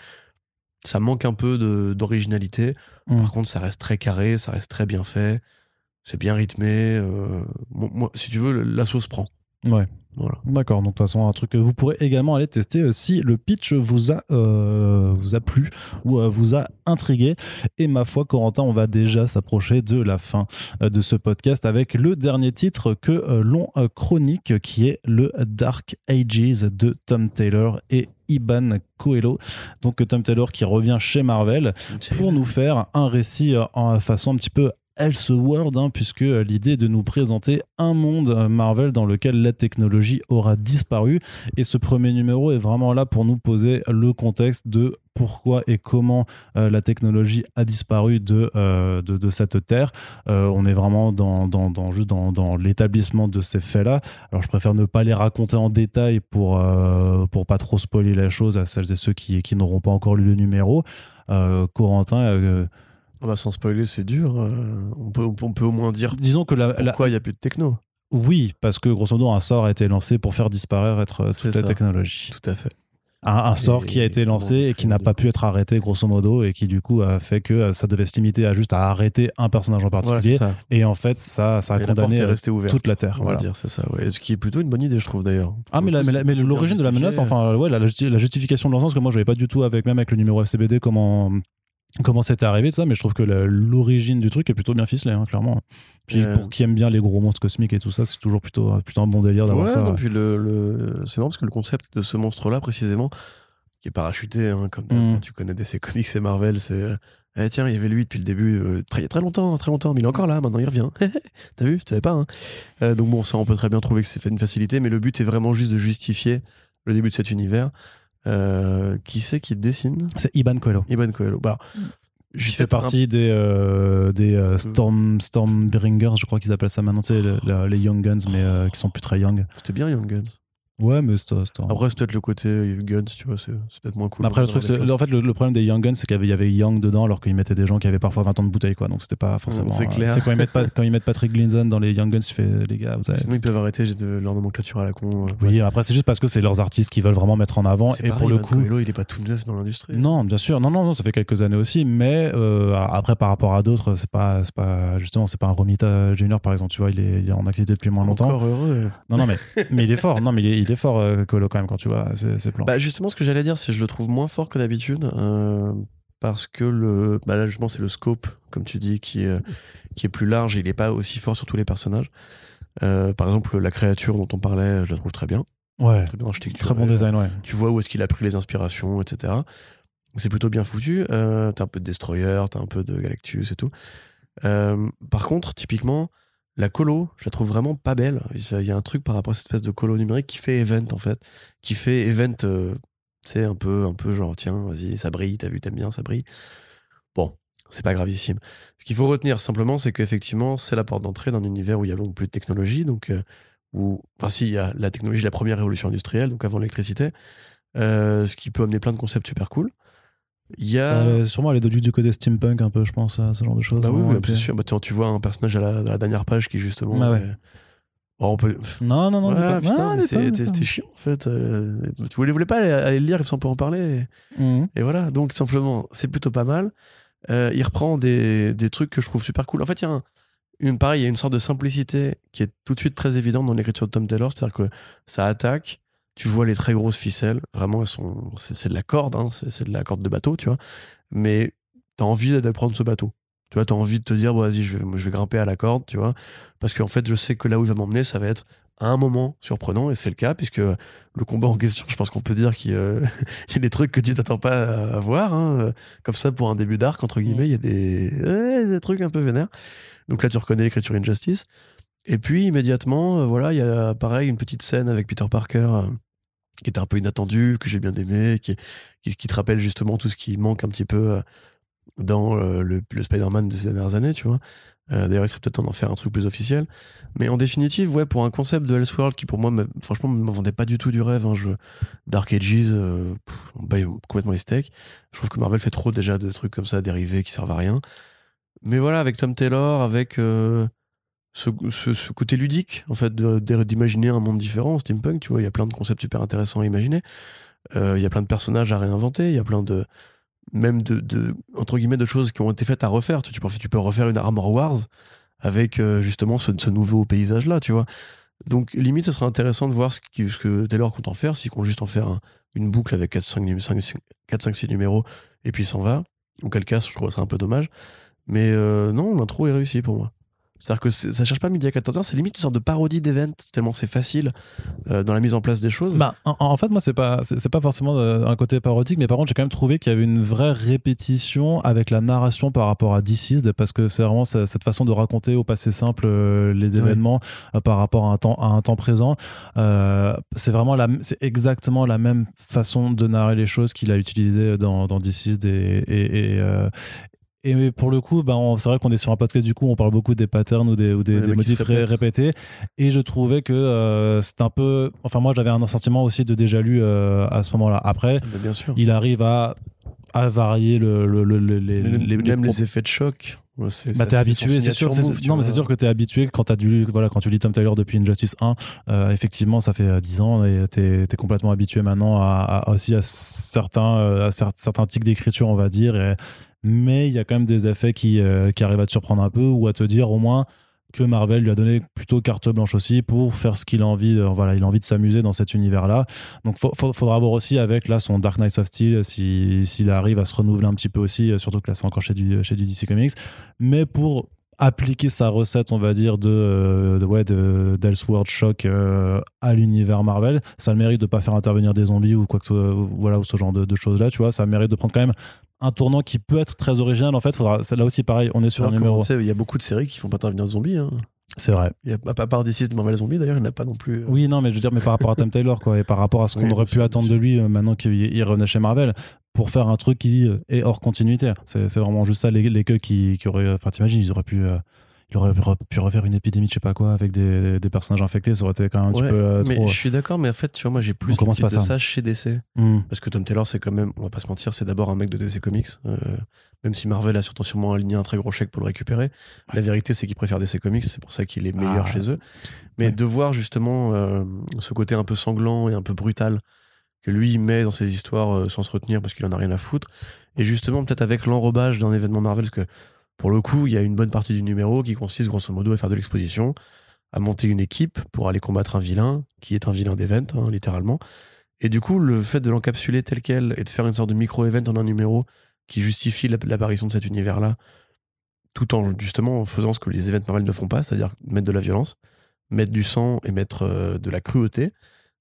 Ça manque un peu de, d'originalité. Mm. Par contre, ça reste très carré, ça reste très bien fait. C'est bien rythmé. Euh, moi, si tu veux, la sauce prend. Ouais. Voilà. D'accord, donc de toute façon un truc que vous pourrez également aller tester euh, si le pitch vous a, euh, vous a plu ou euh, vous a intrigué. Et ma foi, Corentin, on va déjà s'approcher de la fin euh, de ce podcast avec le dernier titre que euh, l'on euh, chronique, qui est le Dark Ages de Tom Taylor et Iban Coelho. Donc Tom Taylor qui revient chez Marvel pour nous faire un récit euh, en façon un petit peu Elseworld, hein, puisque l'idée est de nous présenter un monde Marvel dans lequel la technologie aura disparu, et ce premier numéro est vraiment là pour nous poser le contexte de pourquoi et comment euh, la technologie a disparu de, euh, de, de cette terre. Euh, on est vraiment dans, dans, dans, juste dans, dans l'établissement de ces faits-là. Alors je préfère ne pas les raconter en détail pour, euh, pour pas trop spoiler la chose à celles et ceux qui, qui n'auront pas encore lu le numéro. Euh, Corentin... Euh, Bah, sans spoiler, c'est dur. Euh, on, peut, on peut au moins dire Disons que la, pourquoi il n'y a plus de techno. Oui, parce que grosso modo, un sort a été lancé pour faire disparaître toute c'est la ça. technologie. Tout à fait. Un, un sort qui a été lancé et qui n'a pas pu être arrêté, grosso modo, et qui du coup a fait que ça devait se limiter à juste à arrêter un personnage en particulier. Voilà, et en fait, ça, ça a et condamné la toute la Terre. On voilà. va dire, c'est ça. Ouais. Ce qui est plutôt une bonne idée, je trouve d'ailleurs. Ah, mais, la, mais, la, mais l'origine de la menace, enfin, ouais, la, la justification de l'ensemble, parce que moi, je n'avais pas du tout avec même avec le numéro F C B D comment. Comment c'était arrivé tout ça, mais je trouve que la, l'origine du truc est plutôt bien ficelée, hein, clairement. Puis euh... pour qui aime bien les gros monstres cosmiques et tout ça, c'est toujours plutôt, plutôt un bon délire d'avoir ouais, ça. Non, puis le, le... c'est marrant parce que le concept de ce monstre-là, précisément, qui est parachuté, hein, comme mm. tu connais D C Comics et Marvel, c'est eh, tiens, il y avait lui depuis le début, euh, très, très longtemps, très longtemps, mais il est encore là, maintenant il revient. T'as vu, tu savais pas. Hein euh, donc bon, ça, on peut très bien trouver que c'est fait une facilité, mais le but est vraiment juste de justifier le début de cet univers. Euh, qui c'est qui dessine ? C'est Iban Coelho. Iban Coelho. Bah, je fais partie un... des, euh, des euh, Storm, Stormbringers, je crois qu'ils appellent ça maintenant, tu sais, le, le, les Young Guns, mais euh, qui sont plus très young. C'était bien Young Guns. Ouais, mais c'est, c'est un... Après, c'est peut-être le côté Guns, tu vois, c'est, c'est peut-être moins cool. Après, le truc, c'est, en fait, le, le problème des Young Guns, c'est qu'il y avait, il y avait Young dedans, alors qu'ils mettaient des gens qui avaient parfois vingt ans de bouteille, quoi. Donc, c'était pas forcément. C'est clair. Euh, c'est quand ils mettent, pas, quand ils mettent Patrick Gleason dans les Young Guns, tu fais, les gars, vous avez. Sinon, ils peuvent arrêter de leur nomenclature à la con. Euh, oui, ouais. Après, c'est juste parce que c'est leurs artistes qui veulent vraiment mettre en avant. C'est et pareil, pour le Ben coup. Coelho, il est pas tout neuf dans l'industrie. Non, bien sûr. Non, non, non, ça fait quelques années aussi. Mais euh, après, par rapport à d'autres, c'est pas, c'est pas, justement, c'est pas un Romita Junior, par exemple. Tu vois, il est, il est en activité depuis moins longtemps. Encore heureux. Non, non, mais, mais il est fort. Non, mais il est, il est fort, euh, Coelho, quand même, quand tu vois. C'est, c'est bah justement, ce que j'allais dire, c'est que je le trouve moins fort que d'habitude, euh, parce que le, bah là justement, c'est le scope, comme tu dis, qui est, qui est plus large et il n'est pas aussi fort sur tous les personnages. Euh, par exemple, la créature dont on parlait, je la trouve très bien. Ouais. Très bien architecture. Très bon design, ouais. Tu vois où est-ce qu'il a pris les inspirations, et cetera. C'est plutôt bien foutu. Euh, t'as un peu de Destroyer, t'as un peu de Galactus et tout. Euh, par contre, typiquement, la colo, je la trouve vraiment pas belle. Il y a un truc par rapport à cette espèce de colo numérique qui fait event, en fait. Qui fait event, euh, tu sais, un peu, un peu genre, tiens, vas-y, ça brille, t'as vu, t'aimes bien, ça brille. Bon, c'est pas gravissime. Ce qu'il faut retenir simplement, c'est qu'effectivement, c'est la porte d'entrée d'un univers où il y a donc plus de technologie, donc, euh, où, enfin, si, il y a la technologie de la première révolution industrielle, donc avant l'électricité, euh, ce qui peut amener plein de concepts super cool. Il y a... Ça allait sûrement aller du, du côté steampunk un peu, je pense, à ce genre de choses. Bah oui, oui, c'est sûr. Bah, tu, tu vois un personnage à la, à la dernière page qui justement... Ah ouais. euh... bon, on peut... Non, non, non. Ouais, putain, ah, mais c'était chiant en fait. Euh, tu voulais, voulais pas aller, aller le lire comme ça on peut en parler. Et, mmh. et voilà, donc simplement, c'est plutôt pas mal. Euh, il reprend des, des trucs que je trouve super cool. En fait, il y a un, une, pareil, il y a une sorte de simplicité qui est tout de suite très évidente dans l'écriture de Tom Taylor. C'est-à-dire que ça attaque, tu vois les très grosses ficelles. Vraiment, elles sont, c'est, c'est de la corde, hein, c'est, c'est de la corde de bateau, tu vois. Mais t'as envie d'aller prendre ce bateau. Tu vois, t'as envie de te dire, bon, vas-y, je vais, je vais grimper à la corde, tu vois. Parce qu'en fait, je sais que là où il va m'emmener, ça va être à un moment surprenant, et c'est le cas, puisque le combat en question, je pense qu'on peut dire qu'il y a, euh, il y a des trucs que tu t'attends pas à voir, hein. Comme ça, pour un début d'arc, entre guillemets, il y a des, ouais, des trucs un peu vénères. Donc là, tu reconnais l'écriture Injustice. Et puis, immédiatement, euh, voilà, il y a pareil, une petite scène avec Peter Parker, euh, qui était un peu inattendue, que j'ai bien aimé, qui, qui, qui te rappelle justement tout ce qui manque un petit peu euh, dans euh, le, le Spider-Man de ces dernières années, tu vois. Euh, d'ailleurs, il serait peut-être temps d'en faire un truc plus officiel. Mais en définitive, ouais, pour un concept de Elseworld qui, pour moi, me, franchement, ne me vendait pas du tout du rêve, hein, je, Dark Ages, euh, pff, on baille complètement les steaks. Je trouve que Marvel fait trop déjà de trucs comme ça, dérivés, qui servent à rien. Mais voilà, avec Tom Taylor, avec euh, ce, ce, ce côté ludique, en fait, de, de, d'imaginer un monde différent, steampunk, tu vois, il y a plein de concepts super intéressants à imaginer. Euh, il y a plein de personnages à réinventer, il y a plein de... même de, de, entre guillemets, de choses qui ont été faites à refaire. Tu, tu, peux, tu peux refaire une Armor Wars avec euh, justement ce, ce nouveau paysage-là, tu vois. Donc, limite, ce serait intéressant de voir ce, qui, ce que Taylor compte en faire, s'il compte juste en faire un, une boucle avec quatre cinq six numéros et puis il s'en va. Auquel cas, je trouve ça un peu dommage. Mais euh, non, l'intro est réussi pour moi. C'est-à-dire que c'est, ça cherche pas midi à quatorze heures, c'est limite une sorte de parodie d'event, tellement c'est facile euh, dans la mise en place des choses. Bah, en, en fait, moi, c'est pas, c'est, c'est pas forcément un côté parodique, mais par contre, j'ai quand même trouvé qu'il y avait une vraie répétition avec la narration par rapport à Deceased, parce que c'est vraiment cette façon de raconter au passé simple euh, les événements oui. euh, par rapport à un temps, à un temps présent. Euh, c'est vraiment la, c'est exactement la même façon de narrer les choses qu'il a utilisé dans, dans Deceased et, et, et euh, Et pour le coup, bah on, c'est vrai qu'on est sur un podcast, du coup, on parle beaucoup des patterns ou des, ou des, ouais, des motifs ré- répétés. Et je trouvais que euh, c'est un peu. Enfin, moi, j'avais un sentiment aussi de déjà-lu euh, à ce moment-là. Après, bah, bien sûr. Il arrive à, à varier le, le, le, le, les, même les, même les, les effets de choc. Ouais, c'est, bah, ça, t'es habitué, c'est sûr. C'est, move, non, mais c'est sûr que t'es habitué quand t'as du, voilà, quand tu lis Tom Taylor depuis Injustice un. Euh, effectivement, ça fait dix ans et t'es, t'es complètement habitué maintenant à, à aussi à certains, à certains tics d'écriture, on va dire. Et, mais il y a quand même des effets qui, euh, qui arrivent à te surprendre un peu ou à te dire au moins que Marvel lui a donné plutôt carte blanche aussi pour faire ce qu'il a envie. Euh, voilà, il a envie de s'amuser dans cet univers-là. Donc, il faudra voir aussi avec là, son Dark Knight of Steel si, s'il arrive à se renouveler un petit peu aussi, surtout que là, c'est encore chez du, chez du D C Comics. Mais pour appliquer sa recette, on va dire, de, de, ouais, de, d'Elseworld Shock euh, à l'univers Marvel, ça a le mérite de ne pas faire intervenir des zombies ou quoi que ce, voilà, ou ce genre de, de choses-là, tu vois. Ça a le mérite de prendre quand même un tournant qui peut être très original. En fait, faudra, là aussi, pareil, on est sur alors, un numéro. Il y a beaucoup de séries qui font pas intervenir de zombies. Hein. C'est vrai. Il y a, à part D C de Marvel Zombie, d'ailleurs, il n'y en a pas non plus. Euh... Oui, non, mais je veux dire, mais par rapport à Tom Taylor, quoi, et par rapport à ce qu'on oui, aurait pu attendre de lui euh, maintenant qu'il revenait chez Marvel, pour faire un truc qui euh, est hors continuité. C'est, c'est vraiment juste ça, les, les queues qui, qui auraient. Enfin, t'imagines, ils auraient pu. Euh, il aurait pu refaire une épidémie de je sais pas quoi avec des, des personnages infectés, ça aurait été quand même un ouais, petit peu euh, mais trop... je suis d'accord, mais en fait, tu vois, moi j'ai plus l'habitude de ça. ça chez D C. Mm. Parce que Tom Taylor, c'est quand même, on va pas se mentir, c'est d'abord un mec de D C Comics. Euh, même si Marvel a surtout sûrement aligné un très gros chèque pour le récupérer. Ouais. La vérité, c'est qu'il préfère D C Comics, c'est pour ça qu'il est meilleur ah, chez eux. Mais ouais. de voir justement euh, ce côté un peu sanglant et un peu brutal que lui il met dans ses histoires euh, sans se retenir parce qu'il en a rien à foutre. Et justement, peut-être avec l'enrobage d'un événement Marvel, parce que pour le coup, il y a une bonne partie du numéro qui consiste grosso modo à faire de l'exposition, à monter une équipe pour aller combattre un vilain, qui est un vilain d'event, hein, littéralement. Et du coup, le fait de l'encapsuler tel quel et de faire une sorte de micro-event en un numéro qui justifie l'apparition de cet univers-là, tout en justement faisant ce que les events Marvel ne font pas, c'est-à-dire mettre de la violence, mettre du sang et mettre euh, de la cruauté,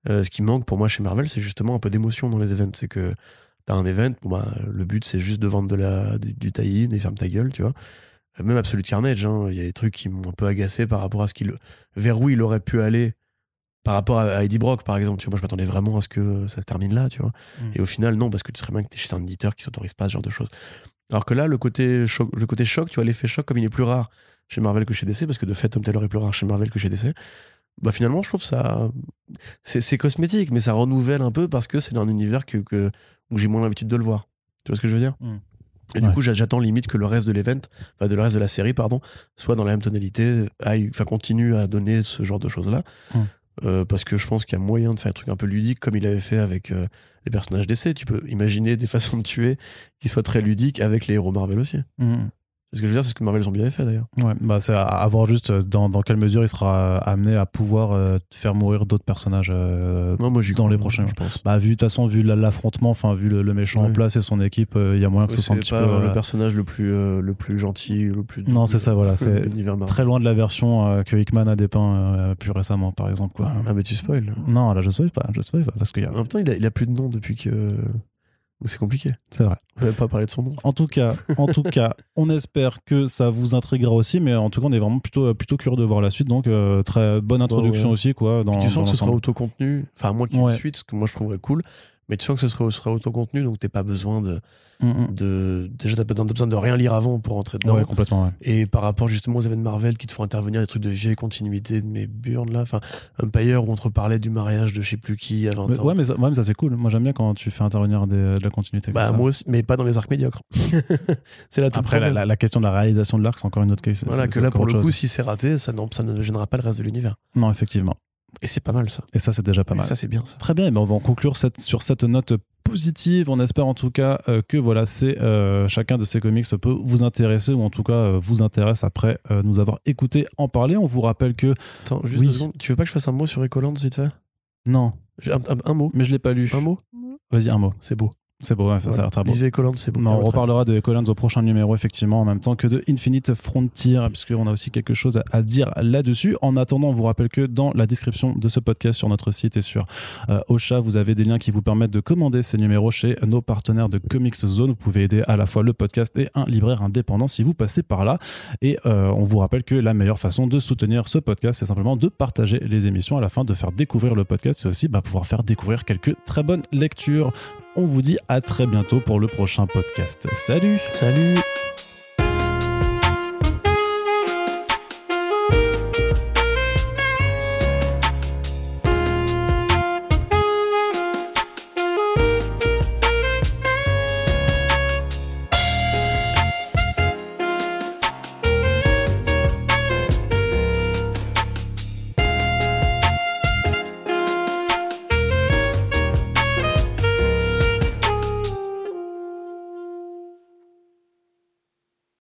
Euh, ce qui manque pour moi chez Marvel, c'est justement un peu d'émotion dans les events. C'est que t'as un event, bon bah, le but c'est juste de vendre de la, du, du tie-in et ferme ta gueule, tu vois. Euh, même Absolute Carnage, hein, il y a des trucs qui m'ont un peu agacé par rapport à ce qu'il, vers où il aurait pu aller par rapport à, à Eddie Brock, par exemple. Tu vois, moi je m'attendais vraiment à ce que ça se termine là, tu vois. Mm. Et au final, non, parce que tu serais bien que t'es chez un éditeur qui s'autorise pas ce genre de choses. Alors que là, le côté choc, le côté choc, tu vois, l'effet choc, comme il est plus rare chez Marvel que chez D C, parce que de fait, Tom Taylor est plus rare chez Marvel que chez D C. Bah finalement je trouve ça c'est, c'est cosmétique mais ça renouvelle un peu parce que c'est dans un univers que, que, où j'ai moins l'habitude de le voir, tu vois ce que je veux dire. mmh. Et ouais. Du coup j'attends limite que le reste de l'event, enfin de le reste de la série pardon, soit dans la même tonalité, aille, enfin continue à donner ce genre de choses là mmh. euh, parce que je pense qu'il y a moyen de faire un truc un peu ludique comme il avait fait avec euh, les personnages D C. Tu peux imaginer des façons de tuer qui soient très ludiques avec les héros Marvel aussi. mmh. C'est ce que je veux dire, c'est ce que Marvel Zombie avait fait d'ailleurs. Ouais, bah c'est à, à voir juste dans, dans quelle mesure il sera amené à pouvoir euh, faire mourir d'autres personnages euh, non, moi, j'y dans crois, les prochains. Je pense. Bah, vu de toute façon, vu l'affrontement, enfin vu le, le méchant ouais. en place et son équipe, il euh, y a moyen que ouais, ce soit un petit pas peu. Le euh... personnage le plus euh, le plus gentil, le plus. Non, c'est ça, voilà, c'est très loin de la version euh, que Hickman a dépeint euh, plus récemment, par exemple, quoi. Ah mais tu spoil. Non, là je spoil pas, je spoil pas parce que. Y a... En même temps, il a, il a plus de nom depuis que. C'est compliqué. C'est vrai. On va pas parler de son nom. En tout cas, en tout cas, on espère que ça vous intriguera aussi, mais en tout cas, on est vraiment plutôt, plutôt curieux de voir la suite. Donc, euh, très bonne introduction oh, ouais. aussi, quoi. Dans, tu sens dans que ce sera autocontenu. Enfin, à moins qu'il y ait ouais. une suite, ce que moi je trouverais cool. Mais tu sens que ce sera, ce sera autocontenu, donc t'as pas besoin de, mm-hmm. de. Déjà, t'as besoin, t'as besoin de rien lire avant pour rentrer dedans. Ouais, complètement, ouais. Et par rapport justement aux événements Marvel qui te font intervenir des trucs de vieille continuité de mes burnes là. Enfin, Empire où on te parlait du mariage de je sais plus qui à vingt mais, ans. Ouais, mais ça, ouais, mais ça c'est cool. Moi j'aime bien quand tu fais intervenir des, de la continuité. Bah, moi aussi, mais pas dans les arcs médiocres. C'est là tout Après, la, la, la question de la réalisation de l'arc, c'est encore une autre case. Voilà, c'est, que c'est là pour le chose. coup, si c'est raté, ça, non, ça ne gênera pas le reste de l'univers. Non, effectivement. Et c'est pas mal ça. Et ça, c'est déjà pas et mal. Ça, c'est bien ça. Très bien. Et ben, on va en conclure cette, sur cette note positive. On espère en tout cas euh, que voilà, c'est, euh, chacun de ces comics peut vous intéresser ou en tout cas euh, vous intéresse après euh, nous avoir écouté en parler. On vous rappelle que. Attends, juste oui. deux secondes. Tu veux pas que je fasse un mot sur Ecoland vite fait ? Non. Un, un, un mot. Mais je l'ai pas lu. Un mot ? Vas-y, un mot. C'est beau. C'est beau, ouais, voilà. Ça a l'air très beau. Lisez Ecoland, c'est beau. Non, on reparlera de Ecoland au prochain numéro, effectivement, en même temps que de Infinite Frontier, puisqu'on a aussi quelque chose à, à dire là-dessus. En attendant, on vous rappelle que dans la description de ce podcast sur notre site et sur euh, Ocha, vous avez des liens qui vous permettent de commander ces numéros chez nos partenaires de Comics Zone. Vous pouvez aider à la fois le podcast et un libraire indépendant si vous passez par là. Et euh, on vous rappelle que la meilleure façon de soutenir ce podcast, c'est simplement de partager les émissions à la fin, de faire découvrir le podcast et aussi bah, pouvoir faire découvrir quelques très bonnes lectures. On vous dit à très bientôt pour le prochain podcast. Salut! Salut!